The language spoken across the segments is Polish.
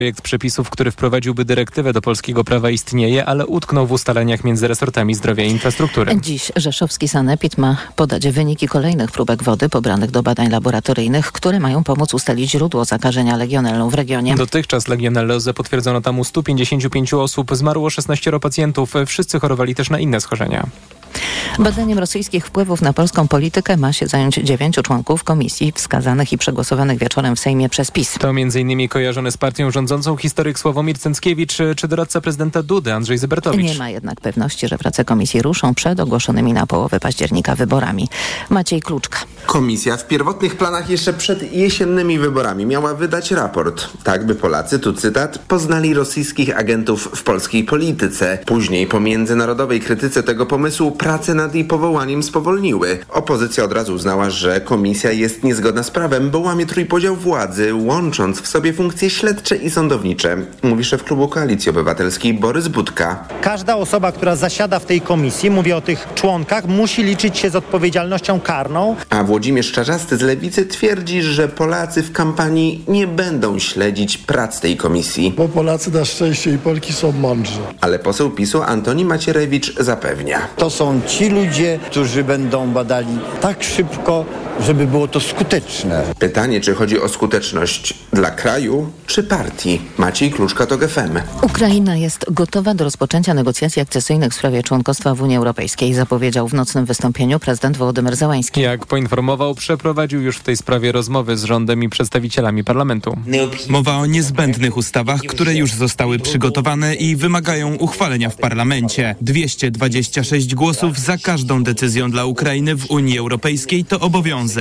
Projekt przepisów, który wprowadziłby dyrektywę do polskiego prawa, istnieje, ale utknął w ustaleniach między resortami zdrowia i infrastruktury. Dziś rzeszowski sanepid ma podać wyniki kolejnych próbek wody pobranych do badań laboratoryjnych, które mają pomóc ustalić źródło zakażenia legionellą w regionie. Dotychczas legionellozę potwierdzono tam u 155 osób, zmarło 16 pacjentów. Wszyscy chorowali też na inne schorzenia. Badaniem rosyjskich wpływów na polską politykę ma się zająć 9 członków komisji wskazanych i przegłosowanych wieczorem w Sejmie przez PiS. To m.in. kojarzony z partią rządzącą historyk Sławomir Cęckiewicz czy doradca prezydenta Dudy Andrzej Zybertowicz. Nie ma jednak pewności, że prace komisji ruszą przed ogłoszonymi na połowę października wyborami. Maciej Kluczka. Komisja w pierwotnych planach jeszcze przed jesiennymi wyborami miała wydać raport. Tak by Polacy, tu cytat, poznali rosyjskich agentów w polskiej polityce. Później po międzynarodowej krytyce tego pomysłu prace nad jej powołaniem spowolniły. Opozycja od razu uznała, że komisja jest niezgodna z prawem, bo łamie trójpodział władzy, łącząc w sobie funkcje śledcze i sądownicze, mówi szef klubu Koalicji Obywatelskiej Borys Budka. Każda osoba, która zasiada w tej komisji, mówię o tych członkach, musi liczyć się z odpowiedzialnością karną. A Włodzimierz Czarzasty z Lewicy twierdzi, że Polacy w kampanii nie będą śledzić prac tej komisji. Bo Polacy na szczęście i Polki są mądrzy. Ale poseł PiS-u Antoni Macierewicz zapewnia. To są ci ludzie, którzy będą badali tak szybko, żeby było to skuteczne. Pytanie, czy chodzi o skuteczność dla kraju, czy partii? Maciej Kluczka, TOG FM. Ukraina jest gotowa do rozpoczęcia negocjacji akcesyjnych w sprawie członkostwa w Unii Europejskiej, zapowiedział w nocnym wystąpieniu prezydent Wołodymyr Zełański. Jak poinformował, przeprowadził już w tej sprawie rozmowy z rządem i przedstawicielami parlamentu. Mowa o niezbędnych ustawach, które już zostały przygotowane i wymagają uchwalenia w parlamencie. 226 głosów za każdą decyzją dla Ukrainy w Unii Europejskiej to obowiązek.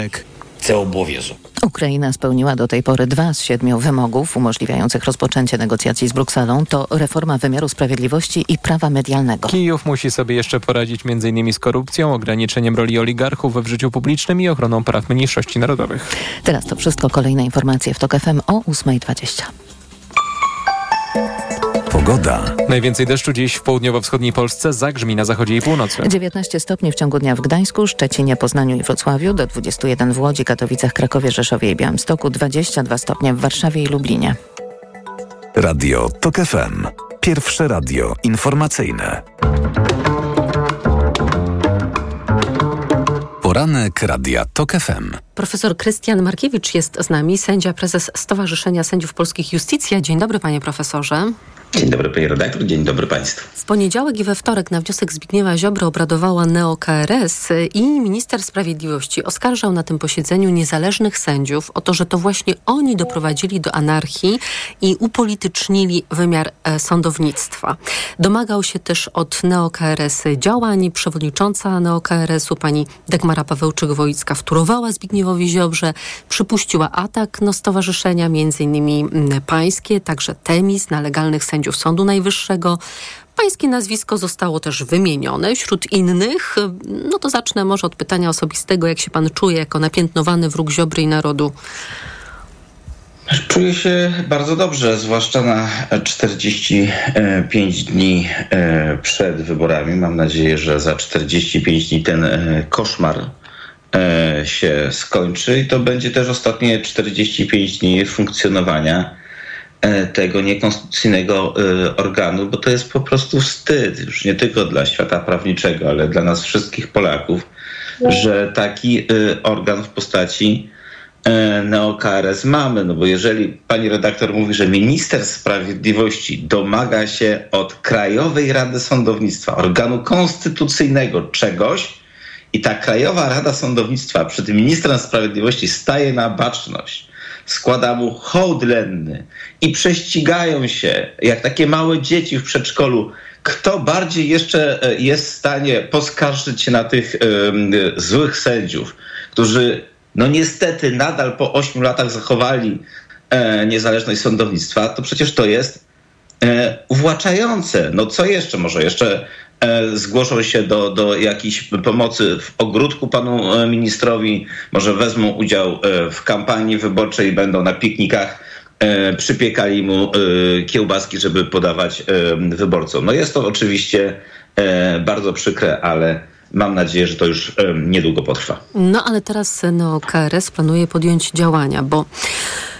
Ukraina spełniła do tej pory 2 z 7 wymogów umożliwiających rozpoczęcie negocjacji z Brukselą. To reforma wymiaru sprawiedliwości i prawa medialnego. Kijów musi sobie jeszcze poradzić m.in. z korupcją, ograniczeniem roli oligarchów w życiu publicznym i ochroną praw mniejszości narodowych. Teraz to wszystko. Kolejne informacje w TOK FM o 8:20. Pogoda. Najwięcej deszczu dziś w południowo-wschodniej Polsce, zagrzmi na zachodzie i północy. 19 stopni w ciągu dnia w Gdańsku, Szczecinie, Poznaniu i Wrocławiu, do 21 w Łodzi, Katowicach, Krakowie, Rzeszowie i Białymstoku, 22 stopnie w Warszawie i Lublinie. Radio TOK FM. Pierwsze radio informacyjne. Poranek Radia TOK FM. Profesor Krystian Markiewicz jest z nami, sędzia, prezes Stowarzyszenia Sędziów Polskich Justicja. Dzień dobry, panie profesorze. Dzień dobry, panie redaktor, dzień dobry państwu. W poniedziałek i we wtorek na wniosek Zbigniewa Ziobry obradowała neo-KRS i minister sprawiedliwości oskarżał na tym posiedzeniu niezależnych sędziów o to, że to właśnie oni doprowadzili do anarchii i upolitycznili wymiar sądownictwa. Domagał się też od neo-KRS działań. Przewodnicząca neo-KRS-u pani Dagmara Pawełczyk-Woicka wtórowała Zbigniewowi Ziobrze, przypuściła atak na stowarzyszenia, m.in. pańskie, także Temis, na legalnych sędziów Sądu Najwyższego. Pańskie nazwisko zostało też wymienione wśród innych. No to zacznę może od pytania osobistego. Jak się pan czuje jako napiętnowany wróg Ziobry i narodu? Czuję się bardzo dobrze, zwłaszcza na 45 dni przed wyborami. Mam nadzieję, że za 45 dni ten koszmar się skończy i to będzie też ostatnie 45 dni funkcjonowania tego niekonstytucyjnego organu, bo to jest po prostu wstyd, już nie tylko dla świata prawniczego, ale dla nas wszystkich Polaków, że taki organ w postaci neo-KRS mamy. No bo jeżeli pani redaktor mówi, że minister sprawiedliwości domaga się od Krajowej Rady Sądownictwa, organu konstytucyjnego czegoś i ta Krajowa Rada Sądownictwa przed ministrem sprawiedliwości staje na baczność, składa mu hołd lenny i prześcigają się, jak takie małe dzieci w przedszkolu, kto bardziej jeszcze jest w stanie poskarżyć się na tych złych sędziów, którzy no niestety nadal po 8 latach zachowali niezależność sądownictwa, to przecież to jest uwłaczające. No co jeszcze? Może jeszcze zgłoszą się do jakiejś pomocy w ogródku panu ministrowi, może wezmą udział w kampanii wyborczej i będą na piknikach przypiekali mu kiełbaski, żeby podawać wyborcom. No jest to oczywiście bardzo przykre, ale mam nadzieję, że to już niedługo potrwa. No ale teraz KRS planuje podjąć działania, bo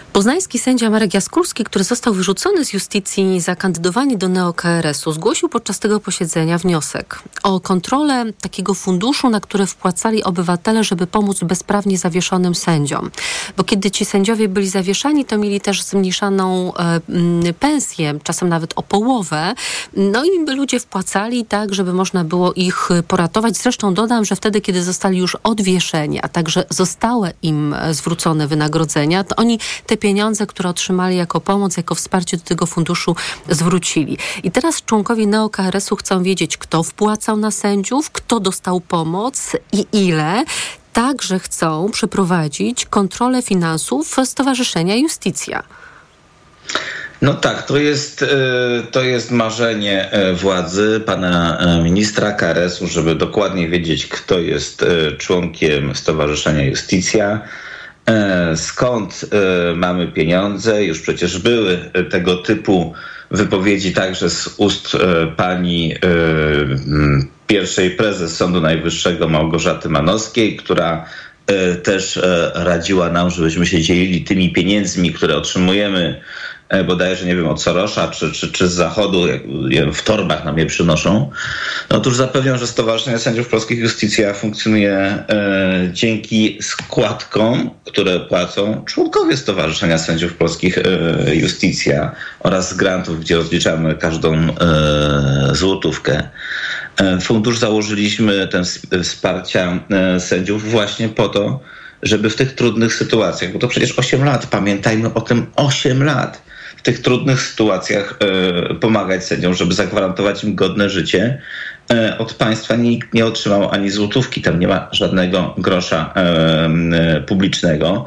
Poznański sędzia Marek Jaskulski, który został wyrzucony z Justicji za kandydowanie do neo-KRS-u, zgłosił podczas tego posiedzenia wniosek o kontrolę takiego funduszu, na który wpłacali obywatele, żeby pomóc bezprawnie zawieszonym sędziom. Bo kiedy ci sędziowie byli zawieszani, to mieli też zmniejszaną pensję, czasem nawet o połowę. No i ludzie wpłacali tak, żeby można było ich poratować. Zresztą dodam, że wtedy, kiedy zostali już odwieszeni, a także zostały im zwrócone wynagrodzenia, to oni te pieniądze, które otrzymali jako pomoc, jako wsparcie do tego funduszu zwrócili. I teraz członkowie neo-KRS-u chcą wiedzieć, kto wpłacał na sędziów, kto dostał pomoc i ile. Także chcą przeprowadzić kontrolę finansów Stowarzyszenia Justicja. No tak, to jest marzenie władzy, pana ministra KRS-u, żeby dokładnie wiedzieć, kto jest członkiem Stowarzyszenia Justicja, skąd mamy pieniądze. Już przecież były tego typu wypowiedzi także z ust pani pierwszej prezes Sądu Najwyższego Małgorzaty Manowskiej, która też radziła nam, żebyśmy się dzielili tymi pieniędzmi, które otrzymujemy bodajże, nie wiem, od Sorosza czy z Zachodu, w torbach nam je przynoszą. No otóż zapewniam, że Stowarzyszenie Sędziów Polskich Justicja funkcjonuje dzięki składkom, które płacą członkowie Stowarzyszenia Sędziów Polskich Justicja oraz z grantów, gdzie odliczamy każdą złotówkę. Fundusz założyliśmy, ten wsparcia sędziów właśnie po to, żeby w tych trudnych sytuacjach, bo to przecież 8 lat, pamiętajmy o tym, 8 lat, w tych trudnych sytuacjach pomagać sędziom, żeby zagwarantować im godne życie. Od państwa nikt nie otrzymał ani złotówki, tam nie ma żadnego grosza publicznego.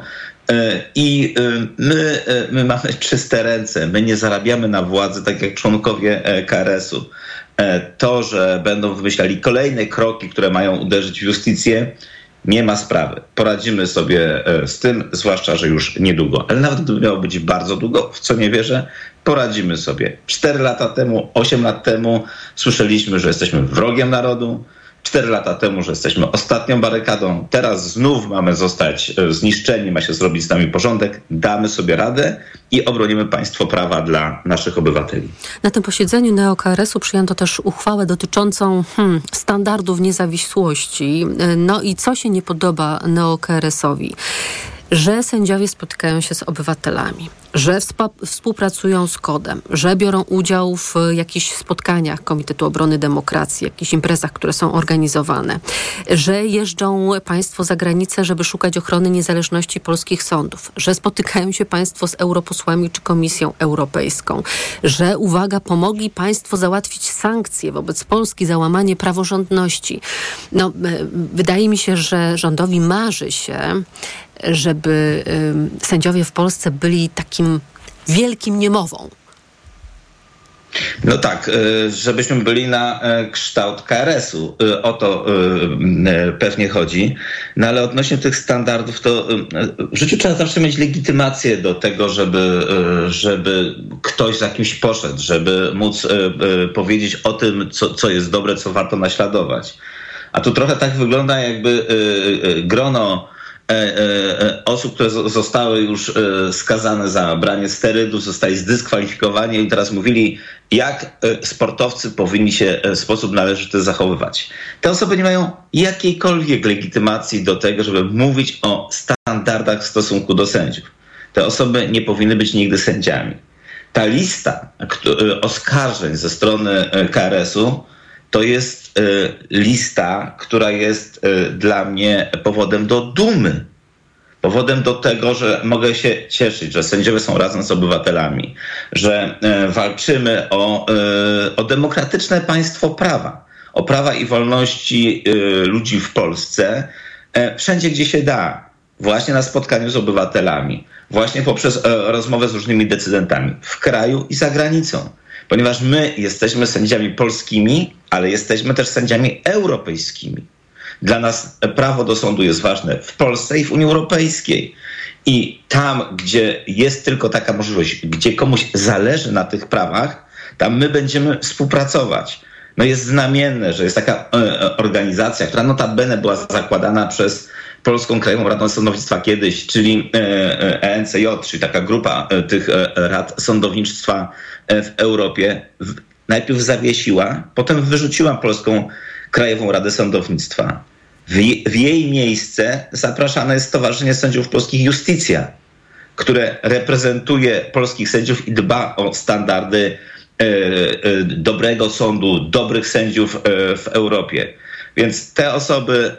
I my mamy czyste ręce, my nie zarabiamy na władzy tak jak członkowie KRS-u. To, że będą wymyślali kolejne kroki, które mają uderzyć w justicję, nie ma sprawy. Poradzimy sobie z tym, zwłaszcza, że już niedługo. Ale nawet gdyby miało być bardzo długo, w co nie wierzę, poradzimy sobie. 4 lata temu, 8 lat temu słyszeliśmy, że jesteśmy wrogiem narodu. 4 lata temu, że jesteśmy ostatnią barykadą. Teraz znów mamy zostać zniszczeni, ma się zrobić z nami porządek. Damy sobie radę i obronimy państwo prawa dla naszych obywateli. Na tym posiedzeniu neo-KRS-u przyjęto też uchwałę dotyczącą standardów niezawisłości. No i co się nie podoba neo-KRS-owi? Że sędziowie spotykają się z obywatelami, że współpracują z KOD-em, że biorą udział w jakichś spotkaniach Komitetu Obrony Demokracji, jakichś imprezach, które są organizowane, że jeżdżą państwo za granicę, żeby szukać ochrony niezależności polskich sądów, że spotykają się państwo z europosłami czy Komisją Europejską, że, uwaga, pomogli państwo załatwić sankcje wobec Polski za łamanie praworządności. No, wydaje mi się, że rządowi marzy się, żeby sędziowie w Polsce byli takim wielkim niemową. No tak, żebyśmy byli na kształt KRS-u. O to pewnie chodzi. No ale odnośnie tych standardów, to w życiu trzeba zawsze mieć legitymację do tego, żeby ktoś za kimś poszedł, żeby móc powiedzieć o tym, co jest dobre, co warto naśladować. A tu trochę tak wygląda, jakby grono osób, które zostały już skazane za branie sterydów, zostali zdyskwalifikowani i teraz mówili, jak sportowcy powinni się w sposób należyty zachowywać. Te osoby nie mają jakiejkolwiek legitymacji do tego, żeby mówić o standardach w stosunku do sędziów. Te osoby nie powinny być nigdy sędziami. Ta lista oskarżeń ze strony KRS-u to jest lista, która jest dla mnie powodem do dumy. Powodem do tego, że mogę się cieszyć, że sędziowie są razem z obywatelami, że walczymy o demokratyczne państwo prawa, o prawa i wolności ludzi w Polsce, wszędzie gdzie się da, właśnie na spotkaniu z obywatelami, właśnie poprzez rozmowę z różnymi decydentami w kraju i za granicą. Ponieważ my jesteśmy sędziami polskimi, ale jesteśmy też sędziami europejskimi. Dla nas prawo do sądu jest ważne w Polsce i w Unii Europejskiej. I tam, gdzie jest tylko taka możliwość, gdzie komuś zależy na tych prawach, tam my będziemy współpracować. No jest znamienne, że jest taka organizacja, która notabene była zakładana przez Polską Krajową Radą Sądownictwa kiedyś, czyli ENCJ, czyli taka grupa tych rad sądownictwa w Europie, najpierw zawiesiła, potem wyrzuciła Polską Krajową Radę Sądownictwa. W jej miejsce zapraszane jest Stowarzyszenie Sędziów Polskich Iustitia, które reprezentuje polskich sędziów i dba o standardy dobrego sądu, dobrych sędziów w Europie. Więc te osoby,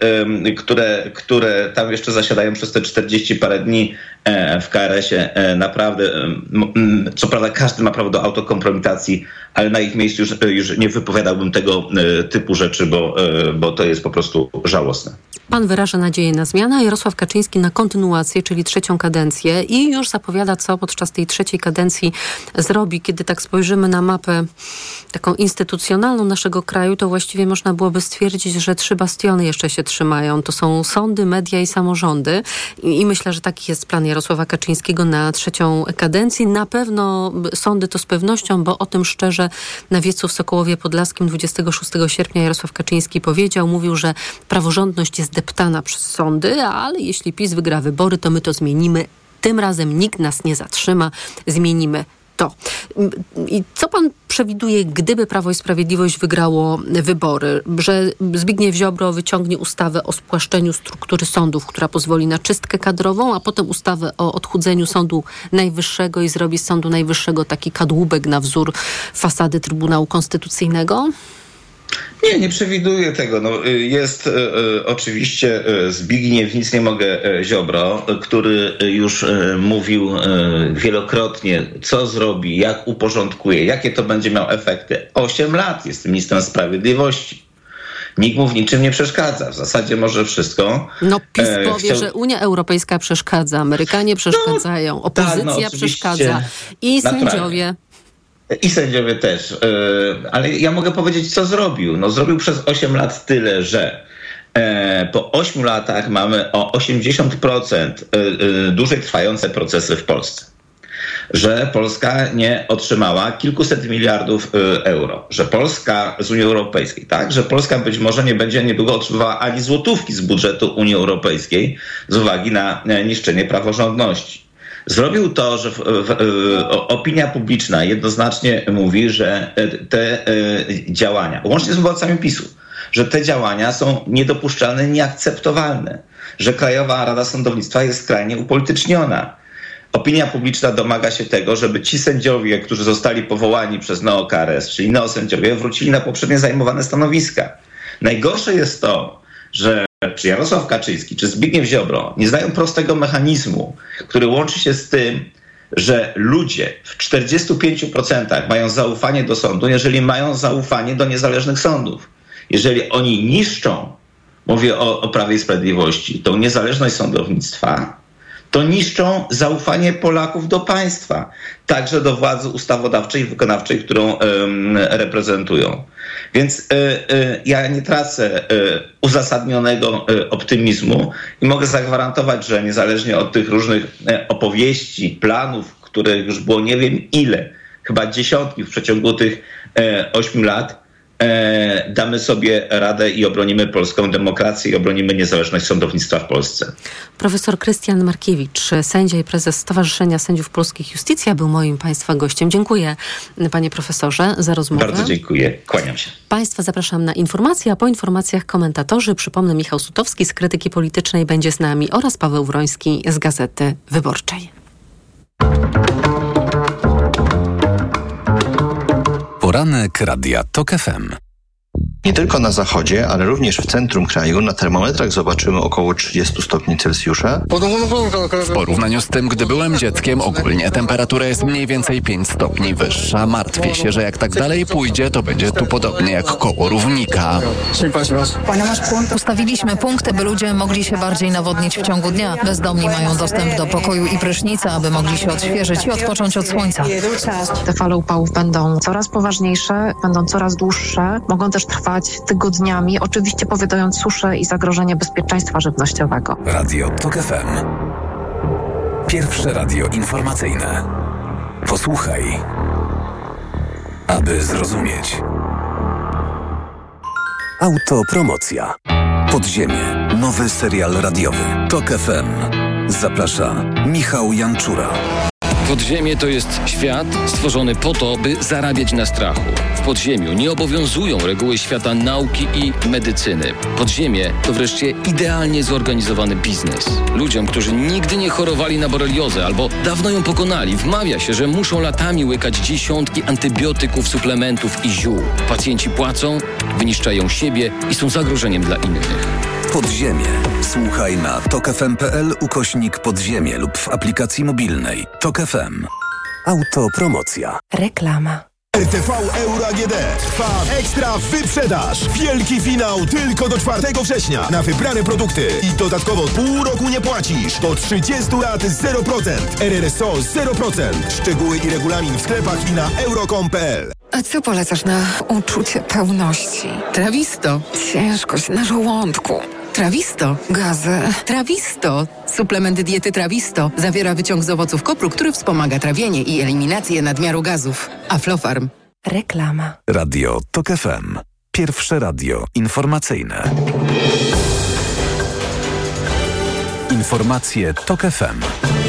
które tam jeszcze zasiadają przez te 40 parę dni w KRS-ie, naprawdę, co prawda każdy ma prawo do autokompromitacji, ale na ich miejscu już nie wypowiadałbym tego typu rzeczy, bo to jest po prostu żałosne. Pan wyraża nadzieję na zmianę, a Jarosław Kaczyński na kontynuację, czyli 3. kadencję i już zapowiada, co podczas tej 3. kadencji zrobi. Kiedy tak spojrzymy na mapę taką instytucjonalną naszego kraju, to właściwie można byłoby stwierdzić, że 3 bastiony jeszcze się trzymają. To są sądy, media i samorządy. I myślę, że taki jest plan Jarosława Kaczyńskiego na 3. kadencję. Na pewno sądy to z pewnością, bo o tym szczerze na wiecu w Sokołowie Podlaskim 26 sierpnia Jarosław Kaczyński mówił, że praworządność jest deptana przez sądy, ale jeśli PiS wygra wybory, to my to zmienimy. Tym razem nikt nas nie zatrzyma. Zmienimy to. I co pan przewiduje, gdyby Prawo i Sprawiedliwość wygrało wybory? Że Zbigniew Ziobro wyciągnie ustawę o spłaszczeniu struktury sądów, która pozwoli na czystkę kadrową, a potem ustawę o odchudzeniu Sądu Najwyższego i zrobi z Sądu Najwyższego taki kadłubek na wzór fasady Trybunału Konstytucyjnego? Nie przewiduję tego. Jest oczywiście Zbigniew, nic nie mogę, Ziobro, który już mówił wielokrotnie, co zrobi, jak uporządkuje, jakie to będzie miało efekty. 8 lat jest ministrem sprawiedliwości. Nikt mu w niczym nie przeszkadza. W zasadzie może wszystko. PiS powie, że Unia Europejska przeszkadza, Amerykanie przeszkadzają, opozycja przeszkadza i sędziowie. I sędziowie też. Ale ja mogę powiedzieć, co zrobił. Zrobił przez 8 lat tyle, że po 8 latach mamy o 80% dłużej trwające procesy w Polsce. Że Polska nie otrzymała kilkuset miliardów euro. Że Polska z Unii Europejskiej, tak? Że Polska być może nie będzie niedługo otrzymywała ani złotówki z budżetu Unii Europejskiej z uwagi na niszczenie praworządności. Zrobił to, że opinia publiczna jednoznacznie mówi, że te działania, łącznie z wyborcami PiS-u, że te działania są niedopuszczalne, nieakceptowalne, że Krajowa Rada Sądownictwa jest skrajnie upolityczniona. Opinia publiczna domaga się tego, żeby ci sędziowie, którzy zostali powołani przez neo-KRS, czyli neosędziowie, wrócili na poprzednie zajmowane stanowiska. Najgorsze jest to, że czy Jarosław Kaczyński, czy Zbigniew Ziobro nie znają prostego mechanizmu, który łączy się z tym, że ludzie w 45% mają zaufanie do sądu, jeżeli mają zaufanie do niezależnych sądów. Jeżeli oni niszczą, mówię o Prawie i Sprawiedliwości, tą niezależność sądownictwa, to niszczą zaufanie Polaków do państwa, także do władzy ustawodawczej i wykonawczej, którą reprezentują. Więc ja nie tracę uzasadnionego optymizmu i mogę zagwarantować, że niezależnie od tych różnych opowieści, planów, których już było nie wiem ile, chyba dziesiątki w przeciągu tych 8 lat, damy sobie radę i obronimy polską demokrację i obronimy niezależność sądownictwa w Polsce. Profesor Krystian Markiewicz, sędzia i prezes Stowarzyszenia Sędziów Polskich Iustitia, był moim Państwa gościem. Dziękuję, panie profesorze, za rozmowę. Bardzo dziękuję. Kłaniam się. Państwa zapraszam na informacje, a po informacjach komentatorzy. Przypomnę, Michał Sutowski z Krytyki Politycznej będzie z nami oraz Paweł Wroński z Gazety Wyborczej. Poranek Radia TOK FM. Nie tylko na zachodzie, ale również w centrum kraju na termometrach zobaczymy około 30 stopni Celsjusza. W porównaniu z tym, gdy byłem dzieckiem, ogólnie temperatura jest mniej więcej 5 stopni wyższa. Martwię się, że jak tak dalej pójdzie, to będzie tu podobnie jak koło równika. Ustawiliśmy punkty, by ludzie mogli się bardziej nawodnić w ciągu dnia. Bezdomni mają dostęp do pokoju i prysznica, aby mogli się odświeżyć i odpocząć od słońca. Te fale upałów będą coraz poważniejsze, będą coraz dłuższe, mogą też trwać tygodniami, oczywiście powodując suszę i zagrożenie bezpieczeństwa żywnościowego. Radio TOK FM. Pierwsze radio informacyjne. Posłuchaj, aby zrozumieć. Autopromocja. Podziemie. Nowy serial radiowy TOK FM. Zaprasza Michał Janczura. Podziemie to jest świat stworzony po to, by zarabiać na strachu. W podziemiu nie obowiązują reguły świata nauki i medycyny. Podziemie to wreszcie idealnie zorganizowany biznes. Ludziom, którzy nigdy nie chorowali na boreliozę albo dawno ją pokonali, wmawia się, że muszą latami łykać dziesiątki antybiotyków, suplementów i ziół. Pacjenci płacą, wyniszczają siebie i są zagrożeniem dla innych. Podziemie. Słuchaj na tokfm.pl/podziemie lub w aplikacji mobilnej TOK FM. Autopromocja. Reklama. RTV Euro AGD. Trwa ekstra wyprzedaż. Wielki finał tylko do 4 września na wybrane produkty. I dodatkowo pół roku nie płacisz. Do 30 lat 0%. RRSO 0%. Szczegóły i regulamin w sklepach i na euro.com.pl. A co polecasz na uczucie pełności? Trawisto. Ciężkość na żołądku. Trawisto. Gazy. Trawisto. Suplement diety Trawisto zawiera wyciąg z owoców kopru, który wspomaga trawienie i eliminację nadmiaru gazów. Aflofarm. Reklama. Radio TOK FM. Pierwsze radio informacyjne. Informacje TOK FM.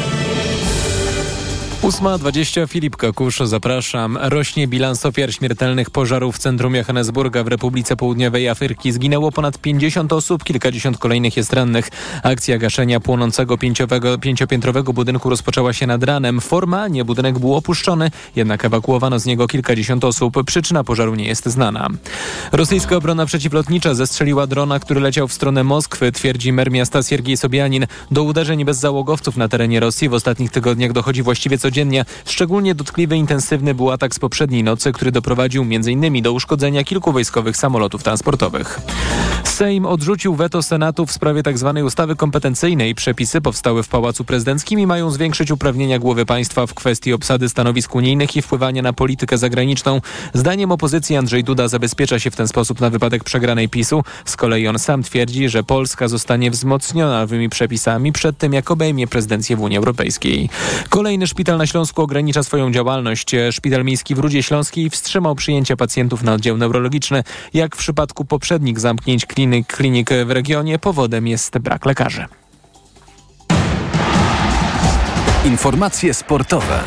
8:20, Filip Kakusz, zapraszam. Rośnie bilans ofiar śmiertelnych pożarów w centrum Johannesburga w Republice Południowej Afryki. Zginęło ponad 50 osób, kilkadziesiąt kolejnych jest rannych. Akcja gaszenia płonącego pięciopiętrowego budynku rozpoczęła się nad ranem. Formalnie budynek był opuszczony, jednak ewakuowano z niego kilkadziesiąt osób. Przyczyna pożaru nie jest znana. Rosyjska obrona przeciwlotnicza zestrzeliła drona, który leciał w stronę Moskwy, twierdzi mer miasta Siergiej Sobianin. Do uderzeń bezzałogowców na terenie Rosji w ostatnich tygodniach dochodzi właściwie codziennie. Szczególnie dotkliwy i intensywny był atak z poprzedniej nocy, który doprowadził m.in. do uszkodzenia kilku wojskowych samolotów transportowych. Sejm odrzucił weto Senatu w sprawie tzw. ustawy kompetencyjnej. Przepisy powstałe w Pałacu Prezydenckim i mają zwiększyć uprawnienia głowy państwa w kwestii obsady stanowisk unijnych i wpływania na politykę zagraniczną. Zdaniem opozycji Andrzej Duda zabezpiecza się w ten sposób na wypadek przegranej PiS-u. Z kolei on sam twierdzi, że Polska zostanie wzmocniona nowymi przepisami przed tym, jak obejmie prezydencję w Unii Europejskiej. Kolejny szpital na Śląsku ogranicza swoją działalność. Szpital Miejski w Rudzie Śląskiej wstrzymał przyjęcie pacjentów na oddział neurologiczny. Jak w przypadku poprzednich zamknięć klinik w regionie, powodem jest brak lekarzy. Informacje sportowe.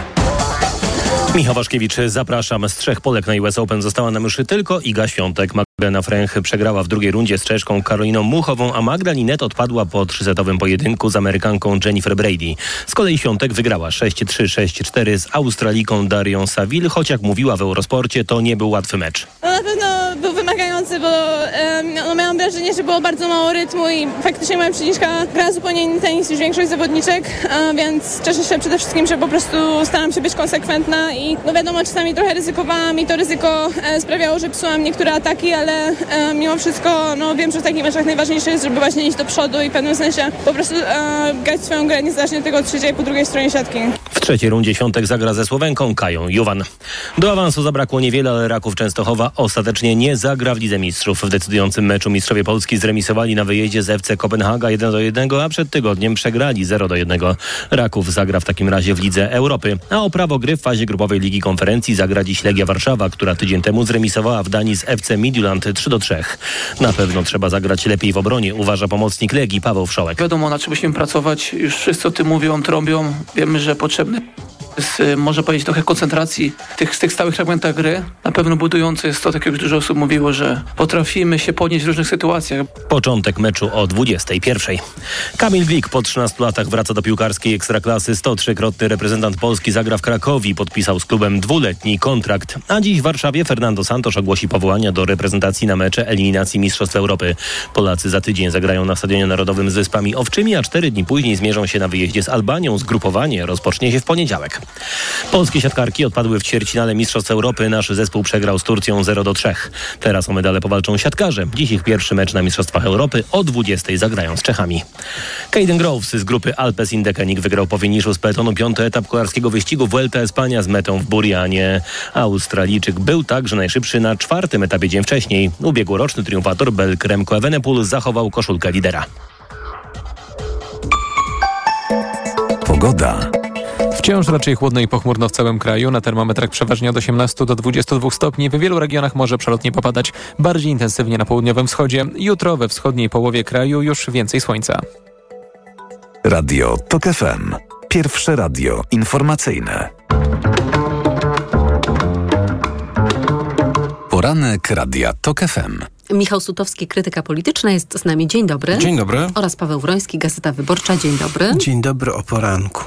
Michał Waszkiewicz, zapraszam. Z 3 Polek na US Open została nam już tylko Iga Świątek. Magdalena Fręch przegrała w drugiej rundzie z Czeszką Karoliną Muchową, a Magda Linette odpadła po 3-setowym pojedynku z Amerykanką Jennifer Brady. Z kolei Świątek wygrała 6-3, 6-4 z Australijką Darią Saville, choć jak mówiła w Eurosporcie, to nie był łatwy mecz. No na pewno był wymagający, bo miałam wrażenie, że było bardzo mało rytmu i faktycznie moja przeciwniczka grała zupełnie inny tenis niż większość zawodniczek, więc cieszę się przede wszystkim, że po prostu staram się być konsekwentna i no wiadomo, czasami trochę ryzykowałam i to ryzyko sprawiało, że psułam niektóre ataki, ale mimo wszystko wiem, że w takich meczach najważniejsze jest, żeby właśnie iść do przodu i w pewnym sensie po prostu grać swoją grę niezależnie od tego, od trzeciej po drugiej stronie siatki. W trzeciej rundzie Świątek zagra ze Słowenką Kają Jovan. Do awansu zabrakło niewiele, ale Raków Częstochowa ostatecznie nie zagra w Lidze Mistrzów. W decydującym meczu mistrzowie Polski zremisowali na wyjeździe z FC Kopenhaga 1-1, a przed tygodniem przegrali 0-1. Raków zagra w takim razie w Lidze Europy, a o prawo gry w fazie grupowej Ligi Konferencji zagra dziś Legia Warszawa, która tydzień temu zremisowała w Danii z FC Midtjylland 3-3. Na pewno trzeba zagrać lepiej w obronie, uważa pomocnik Legii Paweł Wszołek. Wiadomo, na czym musimy pracować. Już wszyscy o tym mówią, trąbią. Wiemy, że potrzebny jest, można powiedzieć, trochę koncentracji w tych stałych fragmentach gry. Na pewno budujące jest to, tak jak już dużo osób mówiło, że potrafimy się podnieść w różnych sytuacjach. Początek meczu o 21:00. Kamil Glik po 13 latach wraca do piłkarskiej Ekstraklasy. 103-krotny reprezentant Polski zagra w Krakowi. Podpisał z klubem 2-letni kontrakt. A dziś w Warszawie Fernando Santos ogłosi powołania do reprezentacji na mecze eliminacji Mistrzostw Europy. Polacy za tydzień zagrają na Stadionie Narodowym z Wyspami Owczymi, a 4 dni później zmierzą się na wyjeździe z Albanią. Zgrupowanie rozpocznie się w poniedziałek. Polskie siatkarki odpadły w ćwierćfinale Mistrzostw Europy. Nasz zespół przegrał z Turcją 0-3. Teraz o medale powalczą siatkarze. Dziś ich pierwszy mecz na Mistrzostwach Europy. O 20:00 zagrają z Czechami. Caden Groves z grupy Alpes Indekenik wygrał po finiszu z peletonu 5. etap kolarskiego wyścigu Vuelta Espania z metą w Burianie. Australijczyk był także najszybszy na 4. etapie dzień wcześniej. Ubiegłoroczny triumfator Belk Remco Evenepoel zachował koszulkę lidera. Pogoda. Wciąż raczej chłodno i pochmurno w całym kraju. Na termometrach przeważnie od 18 do 22 stopni. W wielu regionach może przelotnie popadać. Bardziej intensywnie na południowym wschodzie. Jutro we wschodniej połowie kraju już więcej słońca. Radio TOK FM. Pierwsze radio informacyjne. Poranek Radia TOK FM. Michał Sutowski, krytyka polityczna, jest z nami. Dzień dobry. Dzień dobry. Oraz Paweł Wroński, Gazeta Wyborcza. Dzień dobry. Dzień dobry o poranku.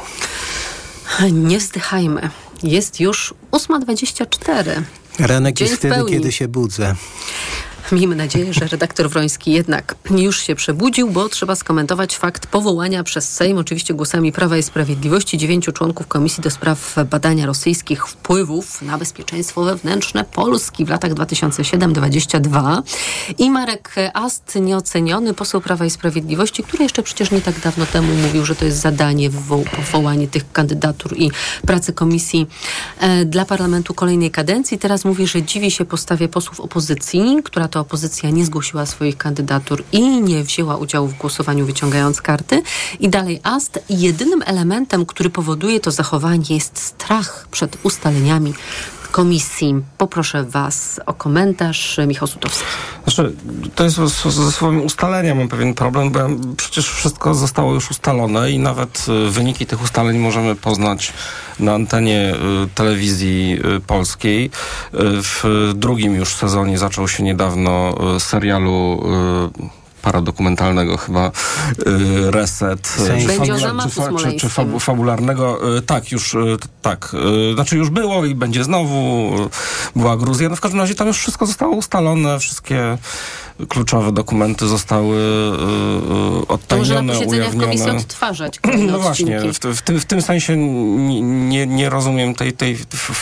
Nie wzdychajmy. Jest już 8:24. Ranek jest wtedy, kiedy się budzę. Miejmy nadzieję, że redaktor Wroński jednak już się przebudził, bo trzeba skomentować fakt powołania przez Sejm, oczywiście głosami Prawa i Sprawiedliwości, 9 członków Komisji do Spraw Badania Rosyjskich Wpływów na Bezpieczeństwo Wewnętrzne Polski w latach 2007-2022. I Marek Ast, nieoceniony poseł Prawa i Sprawiedliwości, który jeszcze przecież nie tak dawno temu mówił, że to jest zadanie powołanie tych kandydatur i pracy komisji dla parlamentu kolejnej kadencji. Teraz mówi, że dziwi się postawie posłów opozycji, która to opozycja nie zgłosiła swoich kandydatur i nie wzięła udziału w głosowaniu, wyciągając karty. I dalej Ast. Jedynym elementem, który powoduje to zachowanie, jest strach przed ustaleniami komisji. Poproszę Was o komentarz. Michał Sutowski. Znaczy, to jest ze słowem ustalenia mam pewien problem, bo przecież wszystko zostało już ustalone i nawet wyniki tych ustaleń możemy poznać na antenie telewizji polskiej. W drugim już sezonie zaczął się niedawno serialu paradokumentalnego chyba Reset. Będzie o zamachu czy fabularnego. Tak, już tak. Znaczy już było i będzie znowu. Była Gruzja. No w każdym razie tam już wszystko zostało ustalone. Wszystkie kluczowe dokumenty zostały odtajnione, ujawnione. To może na posiedzeniach komisji odtwarzać. No właśnie. W tym sensie nie rozumiem tej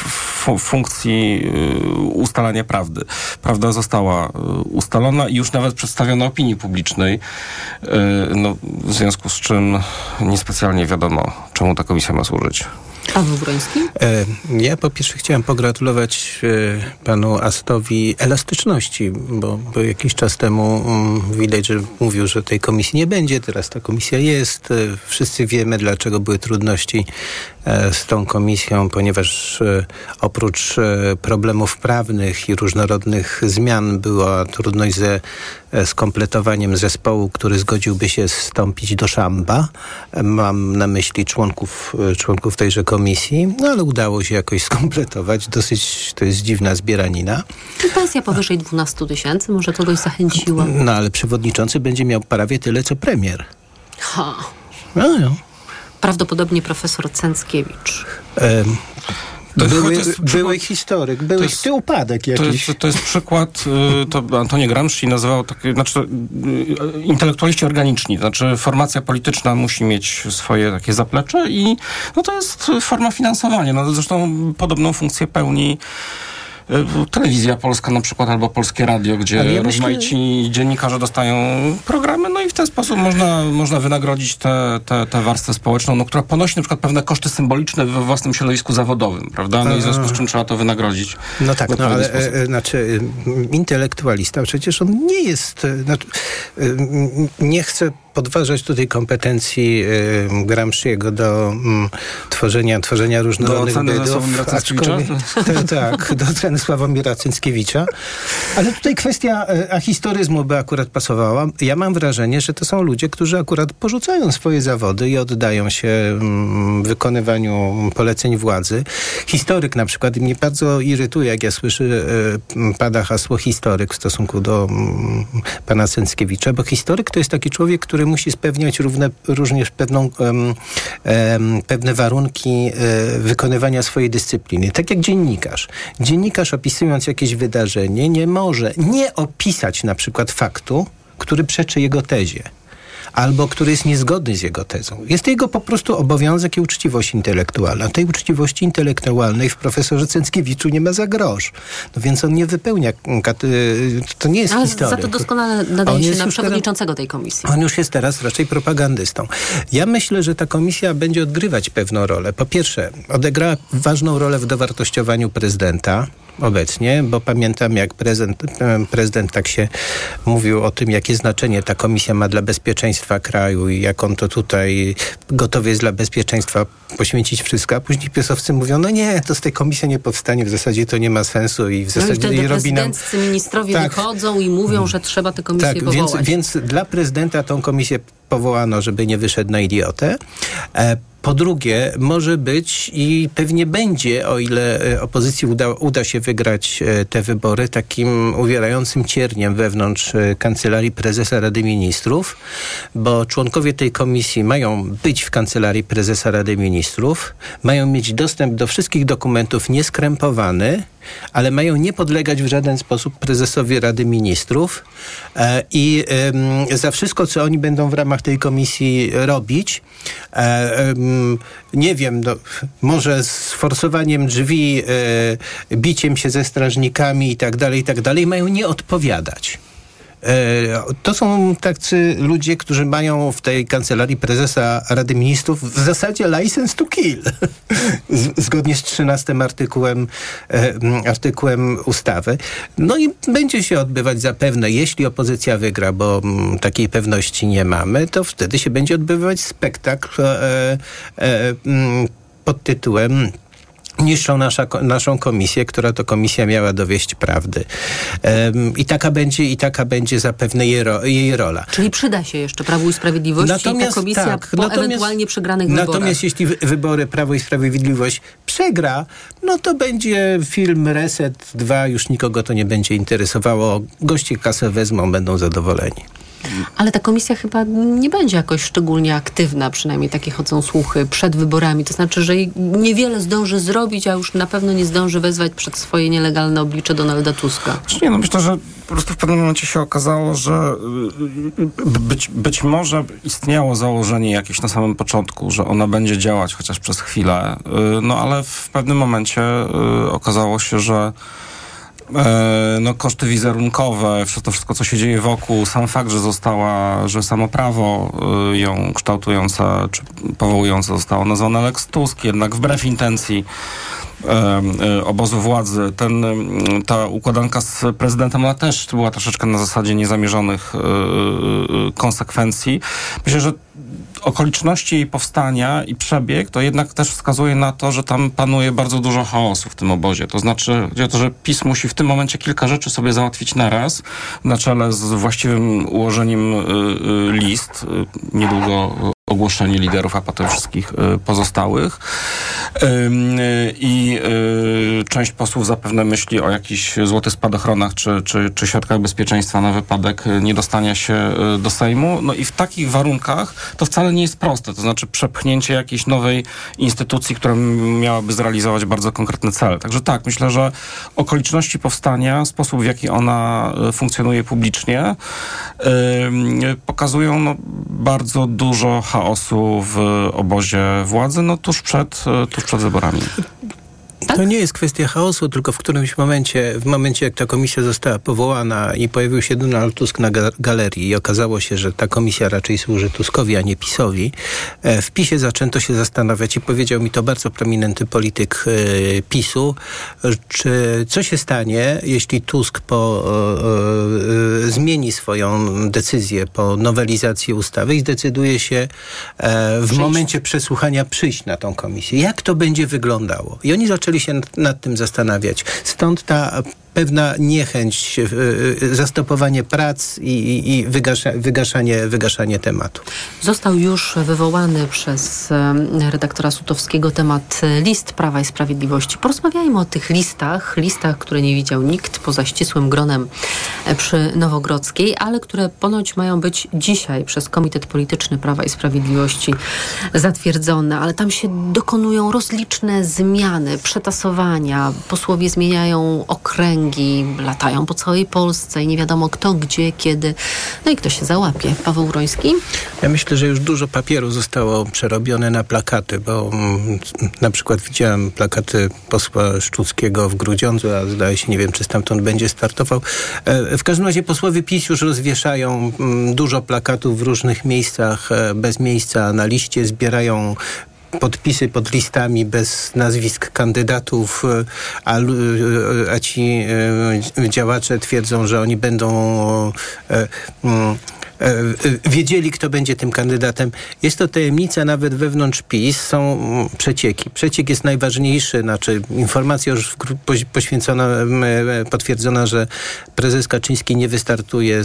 funkcji ustalania prawdy. Prawda została ustalona i już nawet przedstawiona opinii publicznej. No, w związku z czym niespecjalnie wiadomo, czemu ta komisja ma służyć. Paweł Wroński? Ja po pierwsze chciałem pogratulować panu Astowi elastyczności, bo jakiś czas temu widać, że mówił, że tej komisji nie będzie. Teraz ta komisja jest. Wszyscy wiemy, dlaczego były trudności z tą komisją, ponieważ oprócz problemów prawnych i różnorodnych zmian była trudność z kompletowaniem zespołu, który zgodziłby się zstąpić do szamba. Mam na myśli członków tejże komisji, no ale udało się jakoś skompletować. Dosyć to jest dziwna zbieranina. Pensja powyżej 12 000, może kogoś zachęciła. No ale przewodniczący będzie miał prawie tyle, co premier. Ha. No. Prawdopodobnie profesor Cęckiewicz. Były historyk, upadek jakiś. To jest przykład, to Antoni Gramsci nazywał, intelektualiści organiczni, znaczy formacja polityczna musi mieć swoje takie zaplecze i no to jest forma finansowania. No, zresztą podobną funkcję pełni Telewizja Polska na przykład, albo Polskie Radio, gdzie rozmaici dziennikarze dostają programy, no i w ten sposób można wynagrodzić tę warstwę społeczną, która ponosi na przykład pewne koszty symboliczne we własnym środowisku zawodowym, prawda? No i w związku z czym trzeba to wynagrodzić. No tak, ale intelektualista przecież on nie jest, nie chce podważać tutaj kompetencji Gramsciego do tworzenia różnorodnych bydów. Tak, do oceny Sławomira Cęckiewicza. Ale tutaj kwestia ahistoryzmu by akurat pasowała. Ja mam wrażenie, że to są ludzie, którzy akurat porzucają swoje zawody i oddają się wykonywaniu poleceń władzy. Historyk na przykład mnie bardzo irytuje, jak ja słyszę, pada hasło historyk w stosunku do pana Cęckiewicza, bo historyk to jest taki człowiek, który musi spełniać również pewne warunki wykonywania swojej dyscypliny. Tak jak dziennikarz. Dziennikarz, opisując jakieś wydarzenie, nie może nie opisać na przykład faktu, który przeczy jego tezie, albo który jest niezgodny z jego tezą. Jest to jego po prostu obowiązek i uczciwość intelektualna. Tej uczciwości intelektualnej w profesorze Cęckiewiczu nie ma za grosz. No więc on nie wypełnia... To nie jest historyk. Ale za to doskonale nadaje się na przewodniczącego tej komisji. On już jest teraz raczej propagandystą. Ja myślę, że ta komisja będzie odgrywać pewną rolę. Po pierwsze, odegrała ważną rolę w dowartościowaniu prezydenta. obecnie, bo pamiętam, jak prezydent tak się mówił o tym, jakie znaczenie ta komisja ma dla bezpieczeństwa kraju i jak on to tutaj gotowy jest dla bezpieczeństwa poświęcić wszystko, a później PiS-owcy mówią, no nie, to z tej komisji nie powstanie, w zasadzie to nie ma sensu i w zasadzie wtedy robi nam... prezydenccy ministrowie wychodzą i mówią, że trzeba tę komisję powołać. Więc dla prezydenta tą komisję powołano, żeby nie wyszedł na idiotę. Po drugie, może być i pewnie będzie, o ile opozycji uda się wygrać te wybory, takim uwierającym cierniem wewnątrz Kancelarii Prezesa Rady Ministrów, bo członkowie tej komisji mają być w Kancelarii Prezesa Rady Ministrów, mają mieć dostęp do wszystkich dokumentów nieskrępowany, ale mają nie podlegać w żaden sposób prezesowi Rady Ministrów i za wszystko, co oni będą w ramach tej komisji robić, nie wiem, może z forsowaniem drzwi, biciem się ze strażnikami i tak dalej, mają nie odpowiadać. To są tacy ludzie, którzy mają w tej Kancelarii Prezesa Rady Ministrów w zasadzie license to kill. Zgodnie z 13 artykułem ustawy. No i będzie się odbywać zapewne, jeśli opozycja wygra, bo takiej pewności nie mamy, to wtedy się będzie odbywać spektakl pod tytułem niszczą naszą komisję, która to komisja miała dowieść prawdy. I taka będzie zapewne jej rola. Czyli przyda się jeszcze Prawu i Sprawiedliwości ta komisja po ewentualnie przegranych wyborach. Natomiast jeśli wybory Prawo i Sprawiedliwość przegra, no to będzie film Reset 2, już nikogo to nie będzie interesowało. Goście kasę wezmą, będą zadowoleni. Ale ta komisja chyba nie będzie jakoś szczególnie aktywna, przynajmniej takie chodzą słuchy, przed wyborami. To znaczy, że niewiele zdąży zrobić, a już na pewno nie zdąży wezwać przed swoje nielegalne oblicze Donalda Tuska. Nie, myślę, że po prostu w pewnym momencie się okazało, że być może istniało założenie jakieś na samym początku, że ona będzie działać chociaż przez chwilę, ale w pewnym momencie okazało się, że koszty wizerunkowe, to wszystko, co się dzieje wokół, sam fakt, że samo prawo ją kształtujące czy powołujące zostało nazwane Lex Tusk, jednak wbrew intencji obozu władzy. Ta układanka z prezydentem, ona też była troszeczkę na zasadzie niezamierzonych konsekwencji. Myślę, że okoliczności jej powstania i przebieg to jednak też wskazuje na to, że tam panuje bardzo dużo chaosu w tym obozie. To znaczy, że PiS musi w tym momencie kilka rzeczy sobie załatwić naraz, na czele z właściwym ułożeniem list, niedługo ogłoszenie liderów, a potem wszystkich pozostałych. I część posłów zapewne myśli o jakichś złotych spadochronach czy środkach bezpieczeństwa na wypadek niedostania się do Sejmu. No i w takich warunkach to wcale nie jest proste. To znaczy przepchnięcie jakiejś nowej instytucji, która miałaby zrealizować bardzo konkretny cel. Także tak, myślę, że okoliczności powstania, sposób w jaki ona funkcjonuje publicznie pokazują bardzo dużo chaosu w obozie władzy, tuż przed wyborami. To nie jest kwestia chaosu, tylko w którymś momencie, jak ta komisja została powołana i pojawił się Donald Tusk na galerii i okazało się, że ta komisja raczej służy Tuskowi, a nie PiS-owi, w PiS-ie zaczęto się zastanawiać i powiedział mi to bardzo prominentny polityk PiS-u, co się stanie, jeśli Tusk zmieni swoją decyzję po nowelizacji ustawy i zdecyduje się w momencie przesłuchania przyjść na tą komisję. Jak to będzie wyglądało? I oni zaczęli się nad tym zastanawiać. Stąd ta pewna niechęć, zastopowanie prac i wygaszanie tematu. Został już wywołany przez redaktora Sutowskiego temat list Prawa i Sprawiedliwości. Porozmawiajmy o tych listach, które nie widział nikt poza ścisłym gronem przy Nowogrodzkiej, ale które ponoć mają być dzisiaj przez Komitet Polityczny Prawa i Sprawiedliwości zatwierdzone, ale tam się dokonują rozliczne zmiany, przetasowania. Posłowie zmieniają okręgi, latają po całej Polsce i nie wiadomo kto, gdzie, kiedy. No i kto się załapie? Paweł Uroński? Ja myślę, że już dużo papieru zostało przerobione na plakaty, bo na przykład widziałem plakaty posła Szczuckiego w Grudziądzu, a zdaje się, nie wiem, czy stamtąd będzie startował. W każdym razie posłowie PiS już rozwieszają dużo plakatów w różnych miejscach, bez miejsca na liście, zbierają podpisy pod listami bez nazwisk kandydatów, a ci działacze twierdzą, że oni będą wiedzieli, kto będzie tym kandydatem. Jest to tajemnica nawet wewnątrz PiS. Są przecieki. Przeciek jest najważniejszy, znaczy informacja już poświęcona, potwierdzona, że prezes Kaczyński nie wystartuje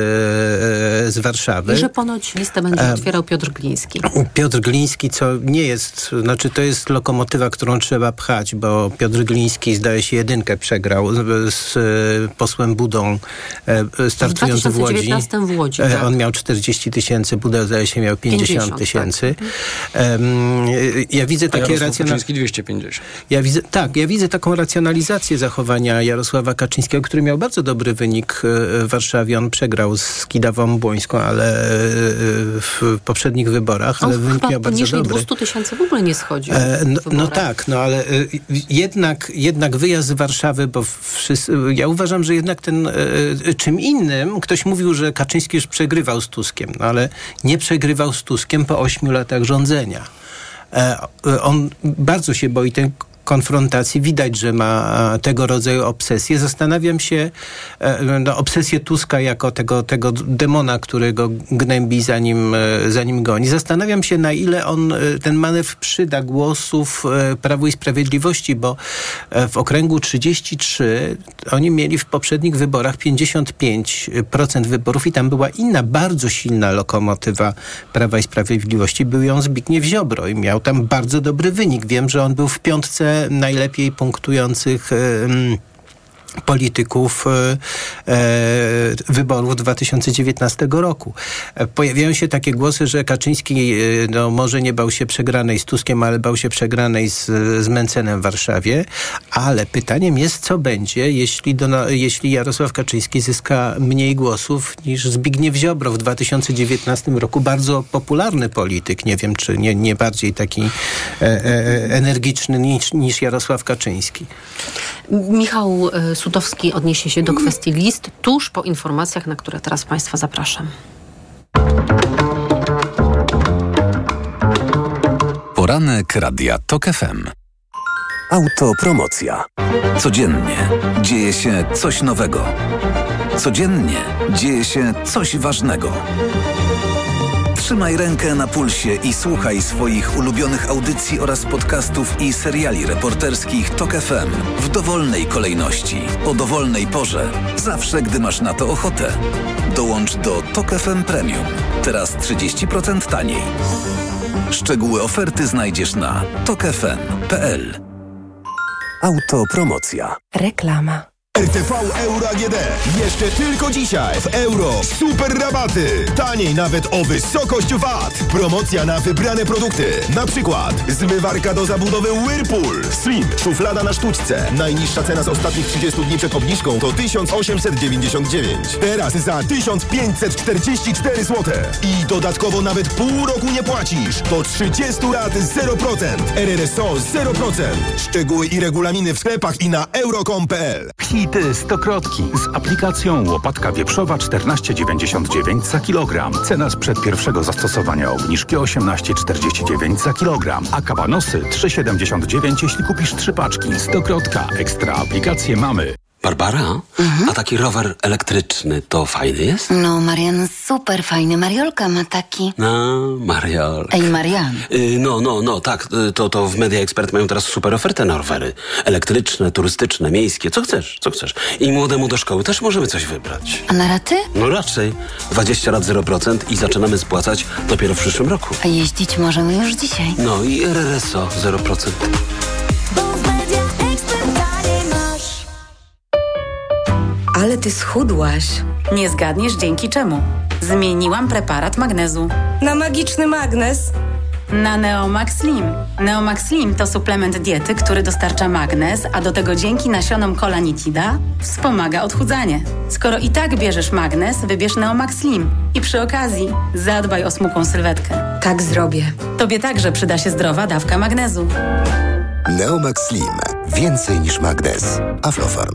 z Warszawy. I że ponoć listę będzie otwierał Piotr Gliński. Piotr Gliński, co nie jest, znaczy to jest lokomotywa, którą trzeba pchać, bo Piotr Gliński, zdaje się, jedynkę przegrał z posłem Budą startujący w Łodzi. W 2019 w Łodzi. On miał 40 000, Buda, zdaje się, miał 50 000. Tak. Ja widzę takie Kaczyński 250. Ja widzę taką racjonalizację zachowania Jarosława Kaczyńskiego, który miał bardzo dobry wynik w Warszawie. On przegrał z Kidawą Błońską, ale w poprzednich wyborach, ale wynik miał bardzo dobry. 200 000 w ogóle nie schodził. No tak, ale jednak wyjazd z Warszawy, bo ja uważam, że jednak czym innym, ktoś mówił, że Kaczyński już przegrywał z Tuskiem, ale nie przegrywał z Tuskiem po 8 latach rządzenia. On bardzo się boi tej konfrontacji. Widać, że ma tego rodzaju obsesję. Zastanawiam się, obsesję Tuska jako tego demona, który go gnębi, zanim goni. Zastanawiam się, na ile ten manewr przyda głosów Prawu i Sprawiedliwości, bo w okręgu 33 oni mieli w poprzednich wyborach 55% wyborów i tam była inna, bardzo silna lokomotywa Prawa i Sprawiedliwości. Był ją Zbigniew Ziobro i miał tam bardzo dobry wynik. Wiem, że on był w 5 najlepiej punktujących polityków wyborów 2019 roku. Pojawiają się takie głosy, że Kaczyński może nie bał się przegranej z Tuskiem, ale bał się przegranej z Mencenem w Warszawie, ale pytaniem jest, co będzie, jeśli Jarosław Kaczyński zyska mniej głosów niż Zbigniew Ziobro w 2019 roku. Bardzo popularny polityk, nie wiem, czy nie bardziej taki energiczny niż Jarosław Kaczyński. Michał Sutowski odniesie się do kwestii list tuż po informacjach, na które teraz Państwa zapraszam. Poranek Radia TOK FM. Autopromocja. Codziennie dzieje się coś nowego. Codziennie dzieje się coś ważnego. Trzymaj rękę na pulsie i słuchaj swoich ulubionych audycji oraz podcastów i seriali reporterskich TOK FM w dowolnej kolejności, o dowolnej porze, zawsze gdy masz na to ochotę. Dołącz do TOK FM Premium. Teraz 30% taniej. Szczegóły oferty znajdziesz na tokfm.pl. Autopromocja. Reklama. RTV Euro AGD. Jeszcze tylko dzisiaj w euro super rabaty. Taniej nawet o wysokość VAT. Promocja na wybrane produkty. Na przykład zmywarka do zabudowy Whirlpool Slim. Szuflada na sztućce. Najniższa cena z ostatnich 30 dni przed obniżką to 1899. Teraz za 1544 zł. I dodatkowo nawet pół roku nie płacisz. Do 30 lat 0%. RRSO 0%. Szczegóły i regulaminy w sklepach i na euro.com.pl. Hity stokrotki z aplikacją łopatka wieprzowa 14,99 za kilogram. Cena sprzed pierwszego zastosowania obniżki 18,49 za kilogram. A kabanosy 3,79 jeśli kupisz 3 paczki. Stokrotka. Ekstra aplikacje mamy. Barbara, a taki rower elektryczny to fajny jest? No, Marian, super fajny. Mariolka ma taki. No, Mariolka. Ej, Marian. Tak. To w Media Expert mają teraz super ofertę na rowery. Elektryczne, turystyczne, miejskie. Co chcesz. I młodemu do szkoły też możemy coś wybrać. A na raty? No raczej. 20 lat 0% i zaczynamy spłacać dopiero w przyszłym roku. A jeździć możemy już dzisiaj. No i RRSO 0%. Ale ty schudłaś. Nie zgadniesz dzięki czemu. Zmieniłam preparat magnezu. Na magiczny magnez? Na Neomax Slim. Neomax Slim to suplement diety, który dostarcza magnez, a do tego dzięki nasionom kolanitida wspomaga odchudzanie. Skoro i tak bierzesz magnez, wybierz Neomax Slim. I przy okazji zadbaj o smukłą sylwetkę. Tak zrobię. Tobie także przyda się zdrowa dawka magnezu. Neomax Slim. Więcej niż magnez. Aflofarm.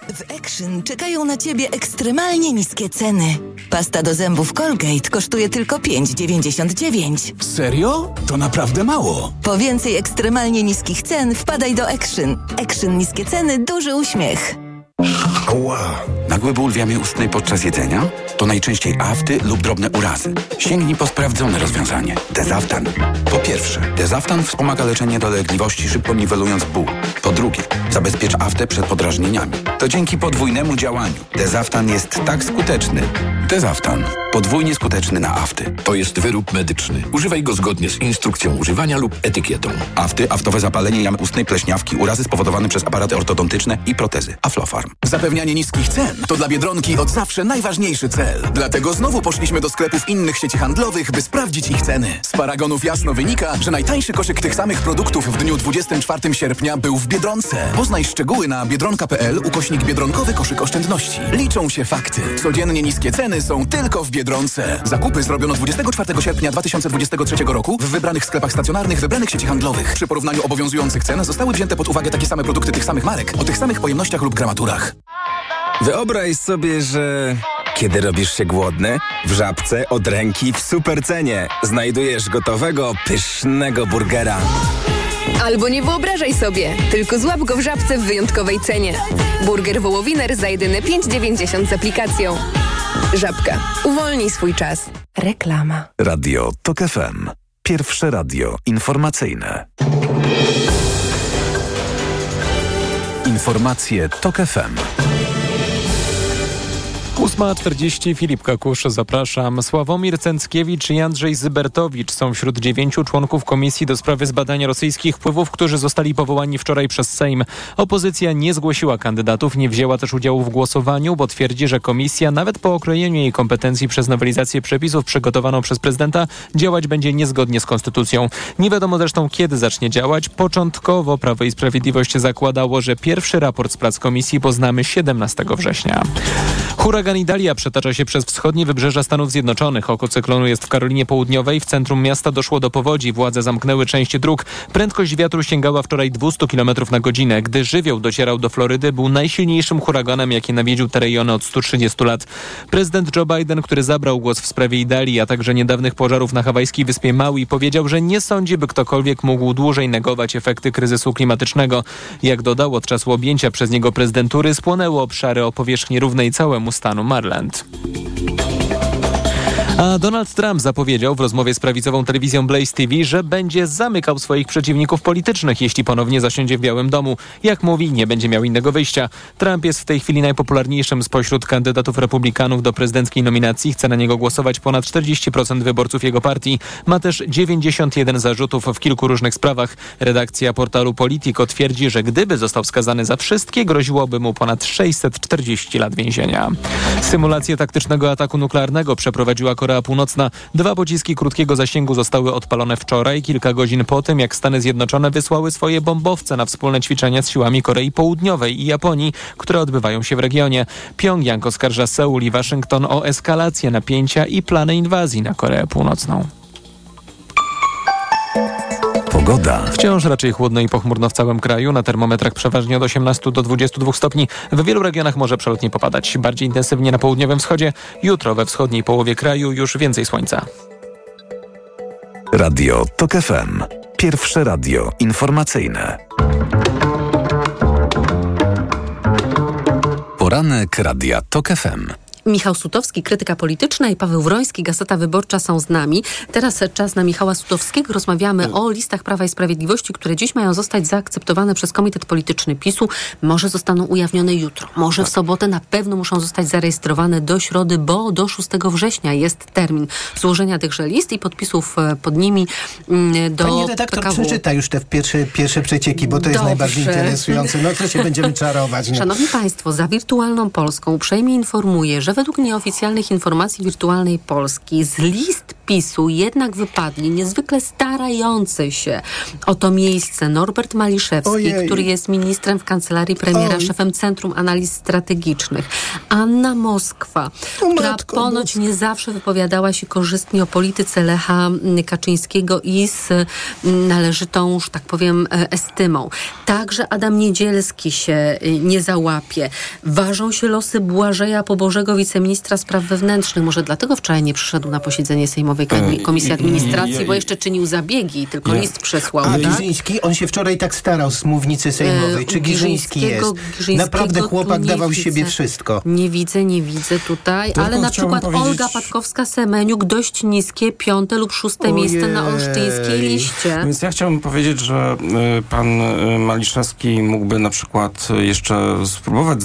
W Action czekają na Ciebie ekstremalnie niskie ceny. Pasta do zębów Colgate kosztuje tylko 5,99. Serio? To naprawdę mało. Po więcej ekstremalnie niskich cen wpadaj do Action. Action niskie ceny, duży uśmiech. Ała. Nagły ból w jamie ustnej podczas jedzenia? To najczęściej afty lub drobne urazy. Sięgnij po sprawdzone rozwiązanie. Dezaftan. Po pierwsze, Dezaftan wspomaga leczenie dolegliwości, szybko niwelując ból. Po drugie, zabezpiecz aftę przed podrażnieniami. To dzięki podwójnemu działaniu. Dezaftan jest tak skuteczny. Dezaftan. Podwójnie skuteczny na afty. To jest wyrób medyczny. Używaj go zgodnie z instrukcją używania lub etykietą. Afty, aftowe zapalenie jamy ustnej, pleśniawki, urazy spowodowane przez aparaty ortodontyczne i protezy. Aflofarm. Zapewnianie niskich cen to dla Biedronki od zawsze najważniejszy cel. Dlatego znowu poszliśmy do sklepów innych sieci handlowych, by sprawdzić ich ceny. Z paragonów jasno wynika, że najtańszy koszyk tych samych produktów w dniu 24 sierpnia był w Biedronce. Poznaj szczegóły na biedronka.pl Biedronkowy koszyk oszczędności. Liczą się fakty. Codziennie niskie ceny są tylko w Biedronce. Zakupy zrobiono 24 sierpnia 2023 roku w wybranych sklepach stacjonarnych wybranych sieci handlowych. Przy porównaniu obowiązujących cen zostały wzięte pod uwagę takie same produkty tych samych marek o tych samych pojemnościach lub gramaturach. Wyobraź sobie, że kiedy robisz się głodny, w Żabce od ręki w supercenie znajdujesz gotowego, pysznego burgera. Albo nie wyobrażaj sobie, tylko złap go w Żabce w wyjątkowej cenie. Burger wołowiner za jedyne 5,90 z aplikacją. Żabka. Uwolnij swój czas. Reklama. Radio TOK FM. Pierwsze radio informacyjne. Informacje TOK FM. 8:40, Filip Kakusz, zapraszam. Sławomir Cęckiewicz i Andrzej Zybertowicz są wśród 9 członków Komisji do sprawy zbadania rosyjskich wpływów, którzy zostali powołani wczoraj przez Sejm. Opozycja nie zgłosiła kandydatów, nie wzięła też udziału w głosowaniu, bo twierdzi, że komisja, nawet po okrojeniu jej kompetencji przez nowelizację przepisów przygotowaną przez prezydenta, działać będzie niezgodnie z konstytucją. Nie wiadomo zresztą, kiedy zacznie działać. Początkowo Prawo i Sprawiedliwość zakładało, że pierwszy raport z prac komisji poznamy 17 września. Huragan Idalia przetacza się przez wschodnie wybrzeże Stanów Zjednoczonych. Oko cyklonu jest w Karolinie Południowej. W centrum miasta doszło do powodzi. Władze zamknęły część dróg. Prędkość wiatru sięgała wczoraj 200 km na godzinę. Gdy żywioł docierał do Florydy, był najsilniejszym huraganem, jaki nawiedził te rejony od 130 lat. Prezydent Joe Biden, który zabrał głos w sprawie Idalii, a także niedawnych pożarów na hawajskiej wyspie Maui, powiedział, że nie sądzi, by ktokolwiek mógł dłużej negować efekty kryzysu klimatycznego. Jak dodał, od czasu objęcia przez niego prezydentury spłonęły obszary o powierzchni równej całemu stanu Maryland. A Donald Trump zapowiedział w rozmowie z prawicową telewizją Blaze TV, że będzie zamykał swoich przeciwników politycznych, jeśli ponownie zasiądzie w Białym Domu. Jak mówi, nie będzie miał innego wyjścia. Trump jest w tej chwili najpopularniejszym spośród kandydatów republikanów do prezydenckiej nominacji. Chce na niego głosować ponad 40% wyborców jego partii. Ma też 91 zarzutów w kilku różnych sprawach. Redakcja portalu Politico twierdzi, że gdyby został skazany za wszystkie, groziłoby mu ponad 640 lat więzienia. Symulację taktycznego ataku nuklearnego przeprowadziła Korea Północna. 2 pociski krótkiego zasięgu zostały odpalone wczoraj, kilka godzin po tym, jak Stany Zjednoczone wysłały swoje bombowce na wspólne ćwiczenia z siłami Korei Południowej i Japonii, które odbywają się w regionie. Pjongjang oskarża Seul i Waszyngton o eskalację napięcia i plany inwazji na Koreę Północną. Pogoda. Wciąż raczej chłodno i pochmurno w całym kraju. Na termometrach przeważnie od 18 do 22 stopni. W wielu regionach może przelotnie popadać. Bardziej intensywnie na południowym wschodzie. Jutro we wschodniej połowie kraju już więcej słońca. Radio TOK FM. Pierwsze radio informacyjne. Poranek Radia TOK FM. Michał Sutowski, krytyka polityczna, i Paweł Wroński, Gazeta Wyborcza są z nami. Teraz czas na Michała Sutowskiego. Rozmawiamy o listach Prawa i Sprawiedliwości, które dziś mają zostać zaakceptowane przez Komitet Polityczny PiS-u. Może zostaną ujawnione jutro, może w sobotę. Na pewno muszą zostać zarejestrowane do środy, bo do 6 września jest termin złożenia tychże list i podpisów pod nimi do Pani redaktor PKW. przeczyta już te pierwsze przecieki, bo to jest najbardziej interesujące. No co się będziemy czarować. No. Szanowni Państwo, za Wirtualną Polską uprzejmie informuję, że że według nieoficjalnych informacji Wirtualnej Polski z list PiS-u jednak wypadli niezwykle starający się o to miejsce Norbert Maliszewski, który jest ministrem w kancelarii premiera, szefem Centrum Analiz Strategicznych, Anna Moskwa, która ponoć nie zawsze wypowiadała się korzystnie o polityce Lecha Kaczyńskiego i z należytą, że tak powiem, estymą. Także Adam Niedzielski się nie załapie. Ważą się losy Błażeja Pobożego, wiceministra spraw wewnętrznych. Może dlatego wczoraj nie przyszedł na posiedzenie Sejmowej Komisji Administracji, bo jeszcze czynił zabiegi, tylko list przesłał. A Giżyński, on się wczoraj tak starał z mównicy sejmowej. Czy Giżyński jest? Naprawdę chłopak dawał siebie wszystko. Nie widzę tutaj, ale na przykład Olga Patkowska-Semeniuk dość niskie 5. lub 6. miejsce na olsztyńskiej liście. Więc ja chciałbym powiedzieć, że pan Maliszewski mógłby na przykład jeszcze spróbować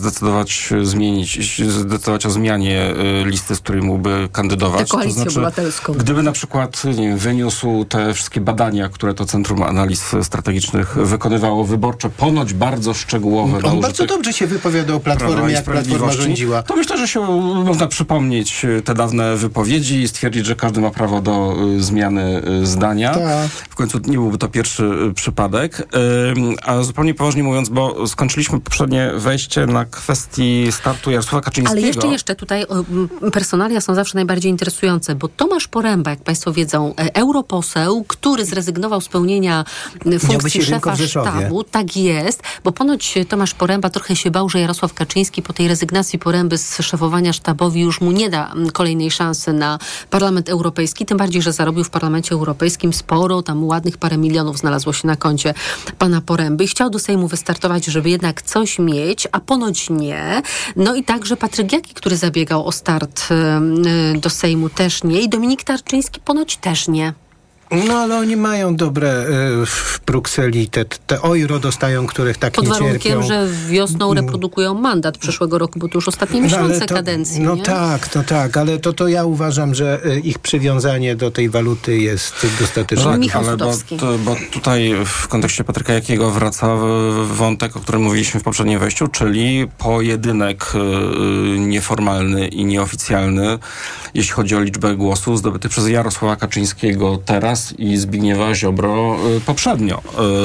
zdecydować o zmianie listy, z której mógłby kandydować. Koalicję Obywatelską. Gdyby na przykład wyniósł te wszystkie badania, które to Centrum Analiz Strategicznych wykonywało, wyborcze, ponoć bardzo szczegółowe. On bardzo dobrze się wypowiadał o Platformie, jak Platforma rządziła. To myślę, że się można przypomnieć te dawne wypowiedzi i stwierdzić, że każdy ma prawo do zmiany zdania. W końcu nie byłby to pierwszy przypadek. A zupełnie poważnie mówiąc, bo skończyliśmy poprzednie wejście na kwestii startu Jarosława Kaczyńskiego. Ale jeszcze tutaj personalia są zawsze najbardziej interesujące, bo Tomasz Poręba, jak państwo wiedzą, europoseł, który zrezygnował z pełnienia funkcji szefa sztabu. Tak jest, bo ponoć Tomasz Poręba trochę się bał, że Jarosław Kaczyński po tej rezygnacji Poręby z szefowania sztabowi już mu nie da kolejnej szansy na Parlament Europejski, tym bardziej, że zarobił w Parlamencie Europejskim sporo, tam ładnych parę milionów znalazło się na koncie pana Poręby i chciał do Sejmu wystartować, żeby jednak coś mieć, a ponoć nie. No i także Patryk Jaki, który zabiegał o start do Sejmu, też nie. I Dominik Tarczyński ponoć też nie. No, ale oni mają dobre w Brukseli, te euro dostają, których tak nie cierpią. Pod warunkiem, że wiosną reprodukują mandat przyszłego roku, bo to już ostatnie miesiące kadencji. No tak, ale to ja uważam, że ich przywiązanie do tej waluty jest dostateczne. Tak, Michał Sudowski. Bo tutaj w kontekście Patryka Jakiego wraca wątek, o którym mówiliśmy w poprzednim wejściu, czyli pojedynek nieformalny i nieoficjalny, jeśli chodzi o liczbę głosów zdobytych przez Jarosława Kaczyńskiego teraz i Zbigniewa Ziobro poprzednio.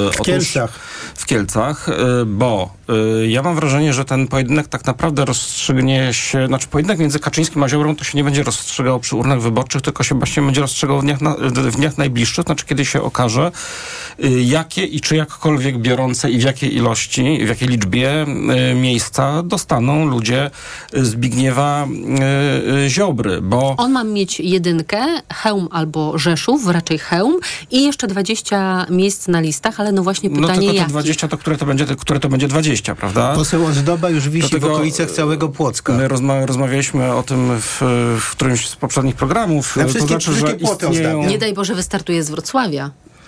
W Kielcach, bo ja mam wrażenie, że ten pojedynek tak naprawdę rozstrzygnie się, pojedynek między Kaczyńskim a Ziobrą to się nie będzie rozstrzygał przy urnach wyborczych, tylko się właśnie będzie rozstrzygał w dniach najbliższych, kiedy się okaże, jakie i czy jakkolwiek biorące i w jakiej ilości, w jakiej liczbie miejsca dostaną ludzie Zbigniewa Ziobry, bo... On ma mieć 1, Chełm albo Rzeszów, raczej Chełm i jeszcze 20 miejsc na listach, ale no właśnie pytanie jakie. 20 to które to będzie 20, prawda? Poseł Ozdoba już wisi w okolicach całego Płocka. My rozmawialiśmy o tym w którymś z poprzednich programów. To znaczy, że istnieją... Nie daj Boże, wystartuje z Wrocławia.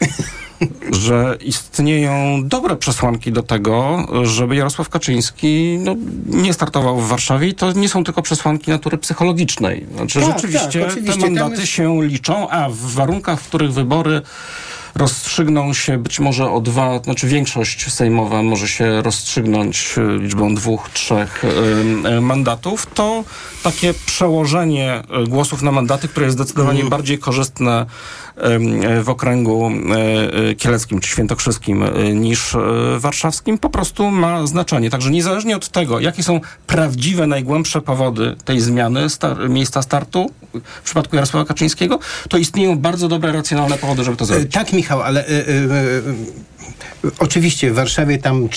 Że istnieją dobre przesłanki do tego, żeby Jarosław Kaczyński nie startował w Warszawie i to nie są tylko przesłanki natury psychologicznej. Rzeczywiście te mandaty się liczą, a w warunkach, w których wybory rozstrzygną się być może o 2, większość sejmowa może się rozstrzygnąć liczbą 2, 3 mandatów, to takie przełożenie głosów na mandaty, które jest zdecydowanie bardziej korzystne w okręgu kieleckim czy świętokrzyskim niż warszawskim, po prostu ma znaczenie. Także niezależnie od tego, jakie są prawdziwe, najgłębsze powody tej zmiany miejsca startu w przypadku Jarosława Kaczyńskiego, to istnieją bardzo dobre, racjonalne powody, żeby to zrobić. Tak, Michał, ale oczywiście w Warszawie tam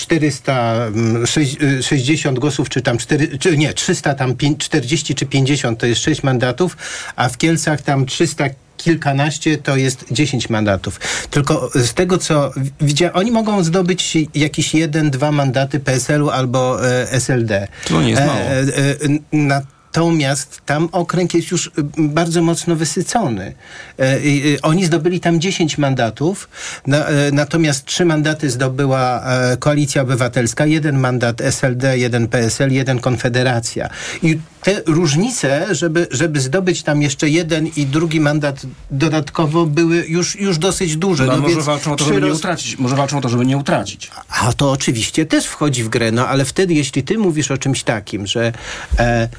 460 głosów, czy tam 300, tam 40 czy 50 to jest 6 mandatów, a w Kielcach tam 300 kilkanaście to jest 10 mandatów. Tylko z tego, co widziałem, oni mogą zdobyć jakieś 1-2 mandaty PSL-u albo SLD. To nie jest mało. Natomiast tam okręg jest już bardzo mocno wysycony. Oni zdobyli tam 10 mandatów, natomiast 3 mandaty zdobyła Koalicja Obywatelska, 1 mandat SLD, 1 PSL, 1 Konfederacja. I te różnice, żeby zdobyć tam jeszcze 1 i 2 mandat dodatkowo, były już dosyć duże. Może walczą o to, żeby nie utracić. Może walczą o to, żeby nie utracić. A to oczywiście też wchodzi w grę, ale wtedy, jeśli ty mówisz o czymś takim, że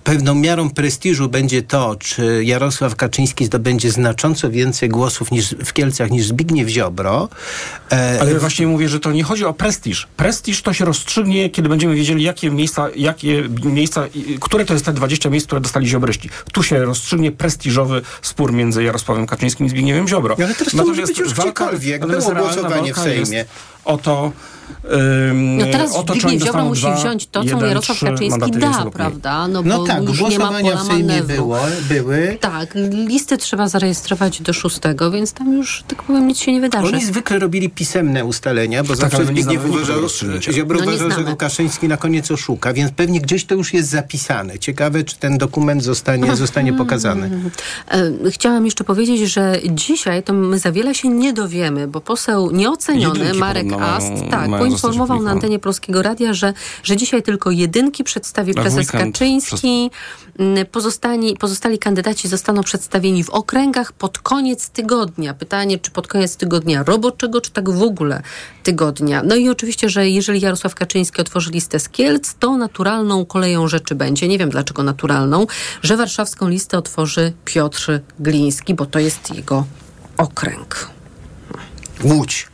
pewną miarą prestiżu będzie to, czy Jarosław Kaczyński zdobędzie znacząco więcej głosów w Kielcach niż Zbigniew Ziobro. Ale właśnie mówię, że to nie chodzi o prestiż. Prestiż to się rozstrzygnie, kiedy będziemy wiedzieli, jakie miejsca, które to jest te 20 miejsc, które dostali ziobryści. Tu się rozstrzygnie prestiżowy spór między Jarosławem Kaczyńskim i Zbigniewem Ziobro. Ale teraz to może być już gdziekolwiek. Było głosowanie w Sejmie. O to, teraz Zbigniew Ziobro musi wziąć to, co mu Jarosław Kaczyński da, prawda? No tak, już głosowania nie ma pola w Sejmie były. Tak, listy trzeba zarejestrować do 6, więc tam już, tak powiem, nic się nie wydarzy. Oni zwykle robili pisemne ustalenia, bo zawsze Zbigniew Ziobro uważał, że Kaczyński na koniec oszuka, więc pewnie gdzieś to już jest zapisane. Ciekawe, czy ten dokument zostanie pokazany. Chciałam jeszcze powiedzieć, że dzisiaj to my za wiele się nie dowiemy, bo poseł nieoceniony Marek Ast poinformował na antenie Polskiego Radia, że dzisiaj tylko jedynki przedstawi prezes Kaczyński. Pozostali kandydaci zostaną przedstawieni w okręgach pod koniec tygodnia. Pytanie, czy pod koniec tygodnia roboczego, czy tak w ogóle tygodnia. No i oczywiście, że jeżeli Jarosław Kaczyński otworzy listę z Kielc, to naturalną koleją rzeczy będzie, nie wiem dlaczego naturalną, że warszawską listę otworzy Piotr Gliński, bo to jest jego okręg. Łódź.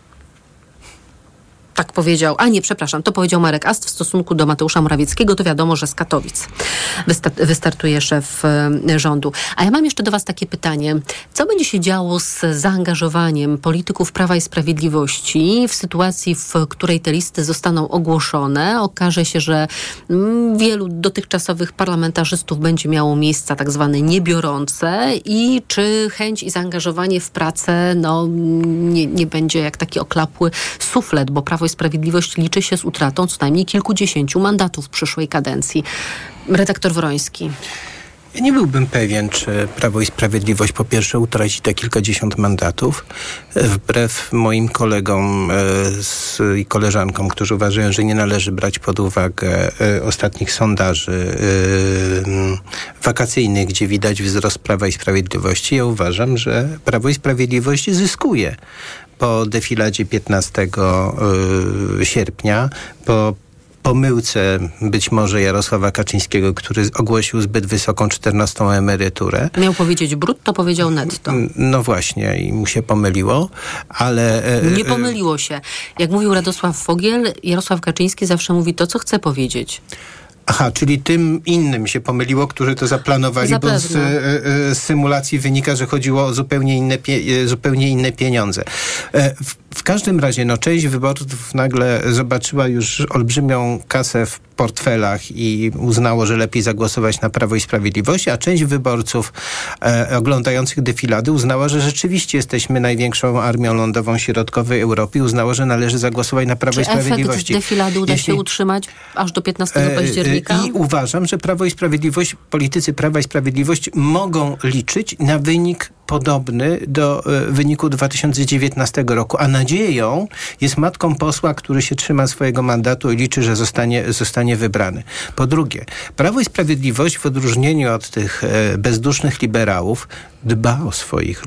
Tak powiedział, to powiedział Marek Ast w stosunku do Mateusza Morawieckiego. To wiadomo, że z Katowic wystartuje szef rządu. A ja mam jeszcze do was takie pytanie. Co będzie się działo z zaangażowaniem polityków Prawa i Sprawiedliwości w sytuacji, w której te listy zostaną ogłoszone? Okaże się, że wielu dotychczasowych parlamentarzystów będzie miało miejsca tak zwane niebiorące i czy chęć i zaangażowanie w pracę nie będzie jak taki oklapły suflet, bo Prawo i Sprawiedliwość liczy się z utratą co najmniej kilkudziesięciu mandatów w przyszłej kadencji. Redaktor Woroński. Ja nie byłbym pewien, czy Prawo i Sprawiedliwość po pierwsze utraci te kilkadziesiąt mandatów. Wbrew moim kolegom i koleżankom, którzy uważają, że nie należy brać pod uwagę ostatnich sondaży wakacyjnych, gdzie widać wzrost Prawa i Sprawiedliwości, ja uważam, że Prawo i Sprawiedliwość zyskuje po defiladzie 15 sierpnia, po pomyłce być może Jarosława Kaczyńskiego, który ogłosił zbyt wysoką 14. emeryturę. Miał powiedzieć brutto, powiedział netto. No właśnie i mu się pomyliło, ale... Nie pomyliło się. Jak mówił Radosław Fogiel, Jarosław Kaczyński zawsze mówi to, co chce powiedzieć. Aha, czyli tym innym się pomyliło, którzy to zaplanowali, Zapewne. Bo z symulacji wynika, że chodziło o zupełnie inne pieniądze. W każdym razie, część wyborców nagle zobaczyła już olbrzymią kasę w portfelach i uznało, że lepiej zagłosować na Prawo i Sprawiedliwość, a część wyborców oglądających defilady uznała, że rzeczywiście jesteśmy największą armią lądową środkowej Europy i uznała, że należy zagłosować na Prawo i Sprawiedliwość. Efekt defilady uda się utrzymać aż do 15 października? I uważam, że Prawo i Sprawiedliwość, politycy Prawa i Sprawiedliwość mogą liczyć na wynik podobny do wyniku 2019 roku, a nadzieją jest matką posła, który się trzyma swojego mandatu i liczy, że zostanie wybrany. Po drugie, Prawo i Sprawiedliwość w odróżnieniu od tych bezdusznych liberałów dba o swoich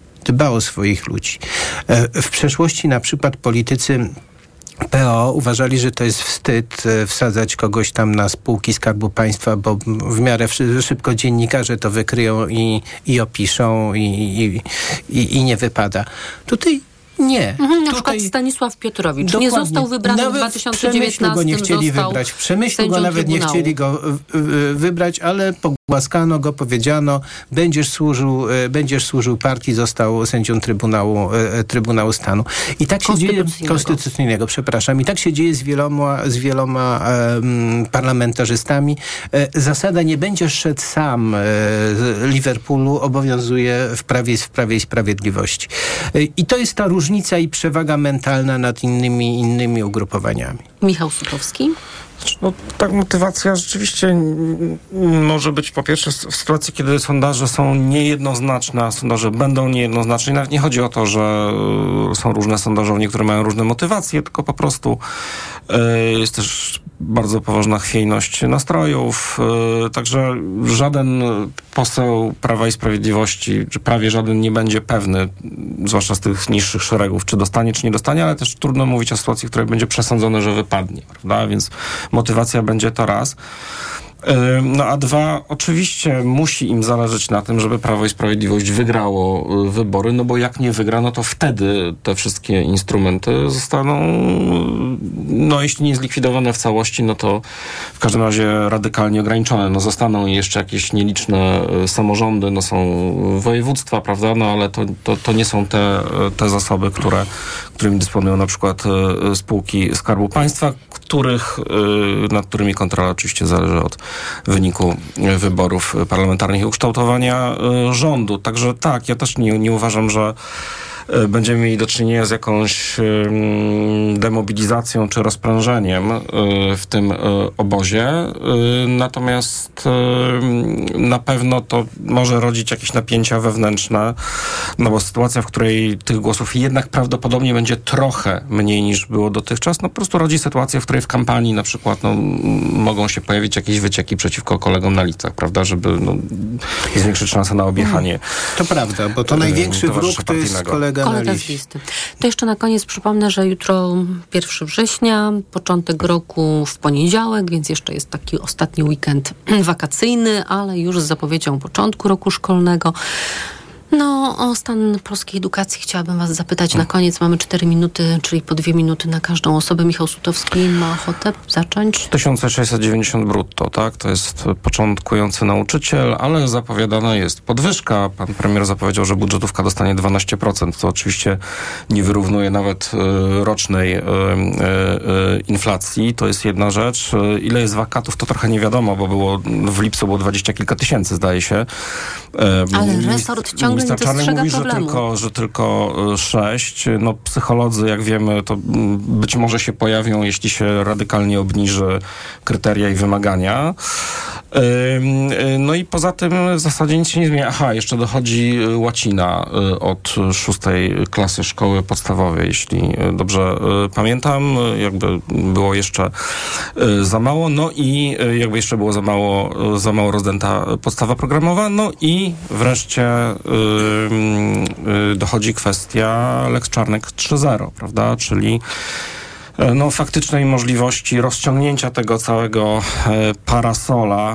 ludzi. W przeszłości na przykład politycy PO uważali, że to jest wstyd wsadzać kogoś tam na spółki Skarbu Państwa, bo w miarę szybko dziennikarze to wykryją i opiszą i nie wypada. Tutaj nie. Na przykład Stanisław Piotrowicz dokładnie. Nie został wybrany w 2019. W Przemyślu go nie chcieli wybrać. W Przemyślu go nawet nie chcieli go wybrać, ale pogłaskano go, powiedziano, będziesz służył partii, został sędzią Trybunału Stanu. I tak się dzieje konstytucyjnego, przepraszam. I tak się dzieje z wieloma parlamentarzystami. Zasada nie będziesz szedł sam Liverpoolu obowiązuje w Prawie i Sprawiedliwości. I to jest ta różnica i przewaga mentalna nad innymi ugrupowaniami. Michał Sutowski. Tak, motywacja rzeczywiście może być po pierwsze w sytuacji, kiedy sondaże są niejednoznaczne, a sondaże będą niejednoznaczne. I nawet nie chodzi o to, że są różne sondażownie, które mają różne motywacje, tylko po prostu jest też bardzo poważna chwiejność nastrojów. Także żaden poseł Prawa i Sprawiedliwości, czy prawie żaden nie będzie pewny, zwłaszcza z tych niższych szeregów, czy dostanie, czy nie dostanie, ale też trudno mówić o sytuacji, w której będzie przesądzone, że wypadnie, prawda? Więc motywacja będzie to raz. No a dwa, oczywiście musi im zależeć na tym, żeby Prawo i Sprawiedliwość wygrało wybory, no bo jak nie wygra, no to wtedy te wszystkie instrumenty zostaną, no jeśli nie zlikwidowane w całości, no to w każdym razie radykalnie ograniczone. No zostaną jeszcze jakieś nieliczne samorządy, no są województwa, prawda, no ale to nie są te zasoby, którymi dysponują na przykład spółki Skarbu Państwa, nad którymi kontrola oczywiście zależy od wyniku wyborów parlamentarnych i ukształtowania rządu. Także tak, ja też nie uważam, że będziemy mieli do czynienia z jakąś demobilizacją czy rozprężeniem w tym obozie. Natomiast na pewno to może rodzić jakieś napięcia wewnętrzne, no bo sytuacja, w której tych głosów jednak prawdopodobnie będzie trochę mniej niż było dotychczas, no po prostu rodzi sytuację, w której w kampanii na przykład mogą się pojawić jakieś wycieki przeciwko kolegom na listach, prawda, żeby zwiększyć szansę na objechanie. To prawda, bo to największy wróg to jest kolega z listy. To jeszcze na koniec przypomnę, że jutro 1 września, początek roku w poniedziałek, więc jeszcze jest taki ostatni weekend wakacyjny, ale już z zapowiedzią początku roku szkolnego. No, o stan polskiej edukacji chciałabym was zapytać na koniec. Mamy 4 minuty, czyli po 2 minuty na każdą osobę. Michał Sutowski ma ochotę zacząć? 1690 brutto, tak? To jest początkujący nauczyciel, ale zapowiadana jest podwyżka. Pan premier zapowiedział, że budżetówka dostanie 12%. To oczywiście nie wyrównuje nawet rocznej inflacji. To jest jedna rzecz. Ile jest wakatów, to trochę nie wiadomo, bo w lipcu było 20 kilka tysięcy, zdaje się. Ale resort ciągle Minister Czarnek mówi, że tylko 6. No, psycholodzy, jak wiemy, to być może się pojawią, jeśli się radykalnie obniży kryteria i wymagania. No i poza tym w zasadzie nic się nie zmienia. Aha, jeszcze dochodzi łacina od 6. klasy szkoły podstawowej, jeśli dobrze pamiętam. Jakby było jeszcze za mało. No i jakby jeszcze było za mało rozdęta podstawa programowa. No i wreszcie dochodzi kwestia Lex Czarnek 3.0, prawda? Czyli faktycznej możliwości rozciągnięcia tego całego parasola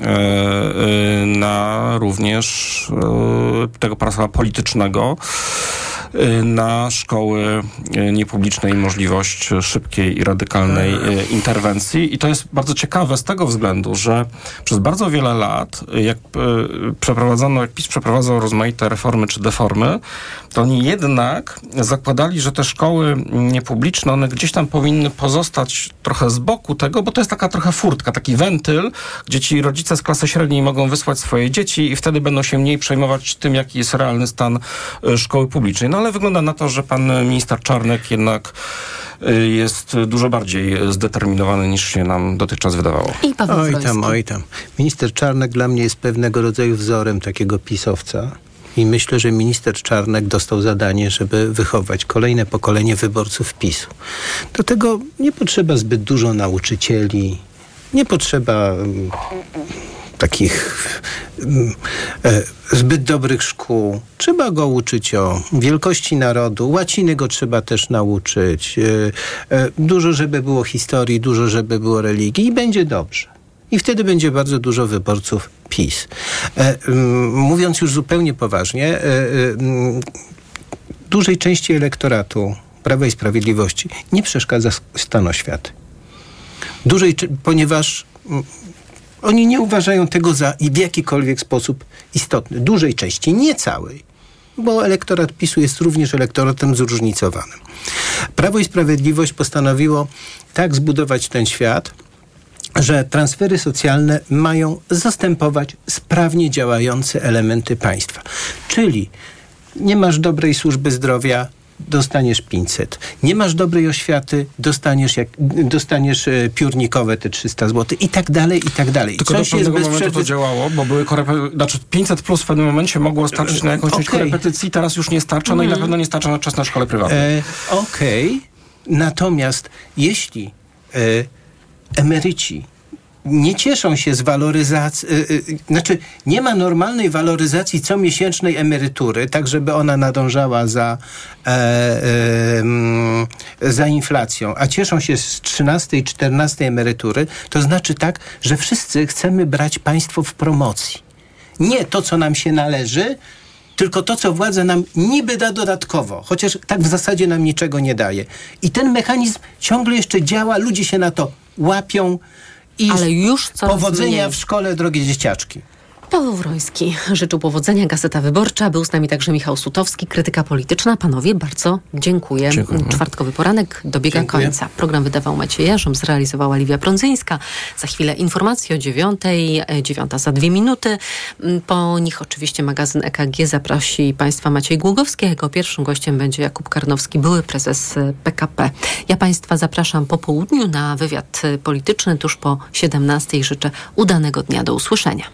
na również tego parasola politycznego na szkoły niepubliczne i możliwość szybkiej i radykalnej interwencji. I to jest bardzo ciekawe z tego względu, że przez bardzo wiele lat, jak PiS przeprowadzał rozmaite reformy czy deformy, to oni jednak zakładali, że te szkoły niepubliczne, one gdzieś tam powinny pozostać trochę z boku tego, bo to jest taka trochę furtka, taki wentyl, gdzie ci rodzice z klasy średniej mogą wysłać swoje dzieci i wtedy będą się mniej przejmować tym, jaki jest realny stan szkoły publicznej. No ale wygląda na to, że pan minister Czarnek jednak jest dużo bardziej zdeterminowany, niż się nam dotychczas wydawało. I Paweł Oj tam. Minister Czarnek dla mnie jest pewnego rodzaju wzorem takiego pisowca. I myślę, że minister Czarnek dostał zadanie, żeby wychować kolejne pokolenie wyborców PiS-u. Do tego nie potrzeba zbyt dużo nauczycieli, nie potrzeba takich zbyt dobrych szkół. Trzeba go uczyć o wielkości narodu, łaciny go trzeba też nauczyć. Dużo, żeby było historii, dużo, żeby było religii i będzie dobrze. I wtedy będzie bardzo dużo wyborców PiS. Mówiąc już zupełnie poważnie, dużej części elektoratu Prawa i Sprawiedliwości nie przeszkadza stan oświaty. Ponieważ oni nie uważają tego za w jakikolwiek sposób istotny. Dużej części, nie całej. Bo elektorat PiS-u jest również elektoratem zróżnicowanym. Prawo i Sprawiedliwość postanowiło tak zbudować ten świat, że transfery socjalne mają zastępować sprawnie działające elementy państwa. Czyli nie masz dobrej służby zdrowia, dostaniesz 500. Nie masz dobrej oświaty, dostaniesz piórnikowe te 300 zł i tak dalej, i tak dalej. Tylko do pewnego momentu to działało, bo były 500 plus w pewnym momencie mogło starczyć na jakąś część korepetycji, teraz już nie starcza, no i na pewno nie starcza na czas na szkole prywatnej. Natomiast jeśli emeryci nie cieszą się z waloryzacji, znaczy nie ma normalnej waloryzacji comiesięcznej emerytury, tak żeby ona nadążała za inflacją, a cieszą się z 13 i 14 emerytury, to znaczy tak, że wszyscy chcemy brać państwo w promocji. Nie to, co nam się należy, tylko to, co władza nam niby da dodatkowo, chociaż tak w zasadzie nam niczego nie daje. I ten mechanizm ciągle jeszcze działa, ludzie się na to łapią i ale już powodzenia mniej. W szkole, drogie dzieciaczki. Paweł Wroński życzył powodzenia, Gazeta Wyborcza. Był z nami także Michał Sutowski, krytyka polityczna. Panowie, bardzo dziękuję. Czwartkowy poranek dobiega końca. Program wydawał Maciej Jarząb, zrealizowała Liwia Prądzyńska. Za chwilę informacje o 9:00 za 2 minuty. Po nich oczywiście magazyn EKG zaprosi Państwa Maciej Głogowski. Jego pierwszym gościem będzie Jakub Karnowski, były prezes PKP. Ja Państwa zapraszam po południu na wywiad polityczny tuż po 17:00. Życzę udanego dnia. Do usłyszenia.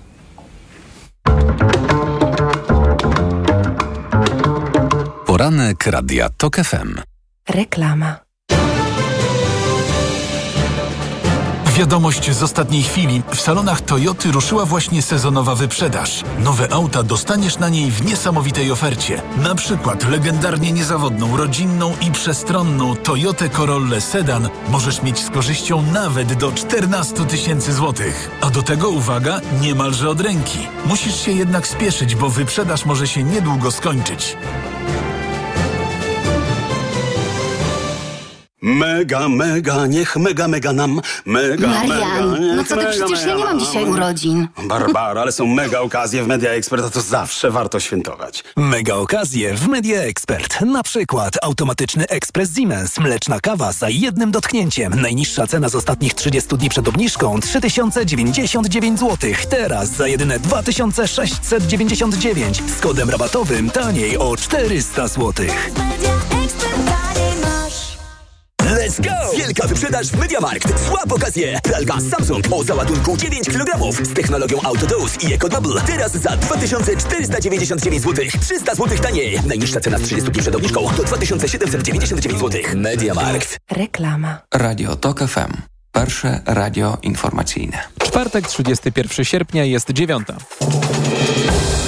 Poranek Radia TOK FM. Reklama. Wiadomość z ostatniej chwili. W salonach Toyoty ruszyła właśnie sezonowa wyprzedaż. Nowe auta dostaniesz na niej w niesamowitej ofercie. Na przykład legendarnie niezawodną, rodzinną i przestronną Toyotę Corollę Sedan możesz mieć z korzyścią nawet do 14 000 złotych. A do tego, uwaga, niemalże od ręki. Musisz się jednak spieszyć, bo wyprzedaż może się niedługo skończyć. Mega, niech mega nam, Marian, no co ty, przecież ja nie mam dzisiaj urodzin. Barbara, ale są mega okazje w Media Expert, a to zawsze warto świętować. Mega okazje w Media Expert. Na przykład automatyczny ekspres Siemens, mleczna kawa za jednym dotknięciem. Najniższa cena z ostatnich 30 dni przed obniżką 3099 zł. Teraz za jedyne 2699. Z kodem rabatowym taniej o 400 zł. Let's go! Wielka wyprzedaż w MediaMarkt. Złap okazję. Pralka Samsung o załadunku 9 kg z technologią AutoDose i EcoDouble. Teraz za 2499 zł. 300 zł taniej. Najniższa cena z 30 dni przed obniżką to 2799 zł. MediaMarkt. Reklama. Radio TOK FM. Pierwsze radio informacyjne. Czwartek, 31 sierpnia, jest 9:00.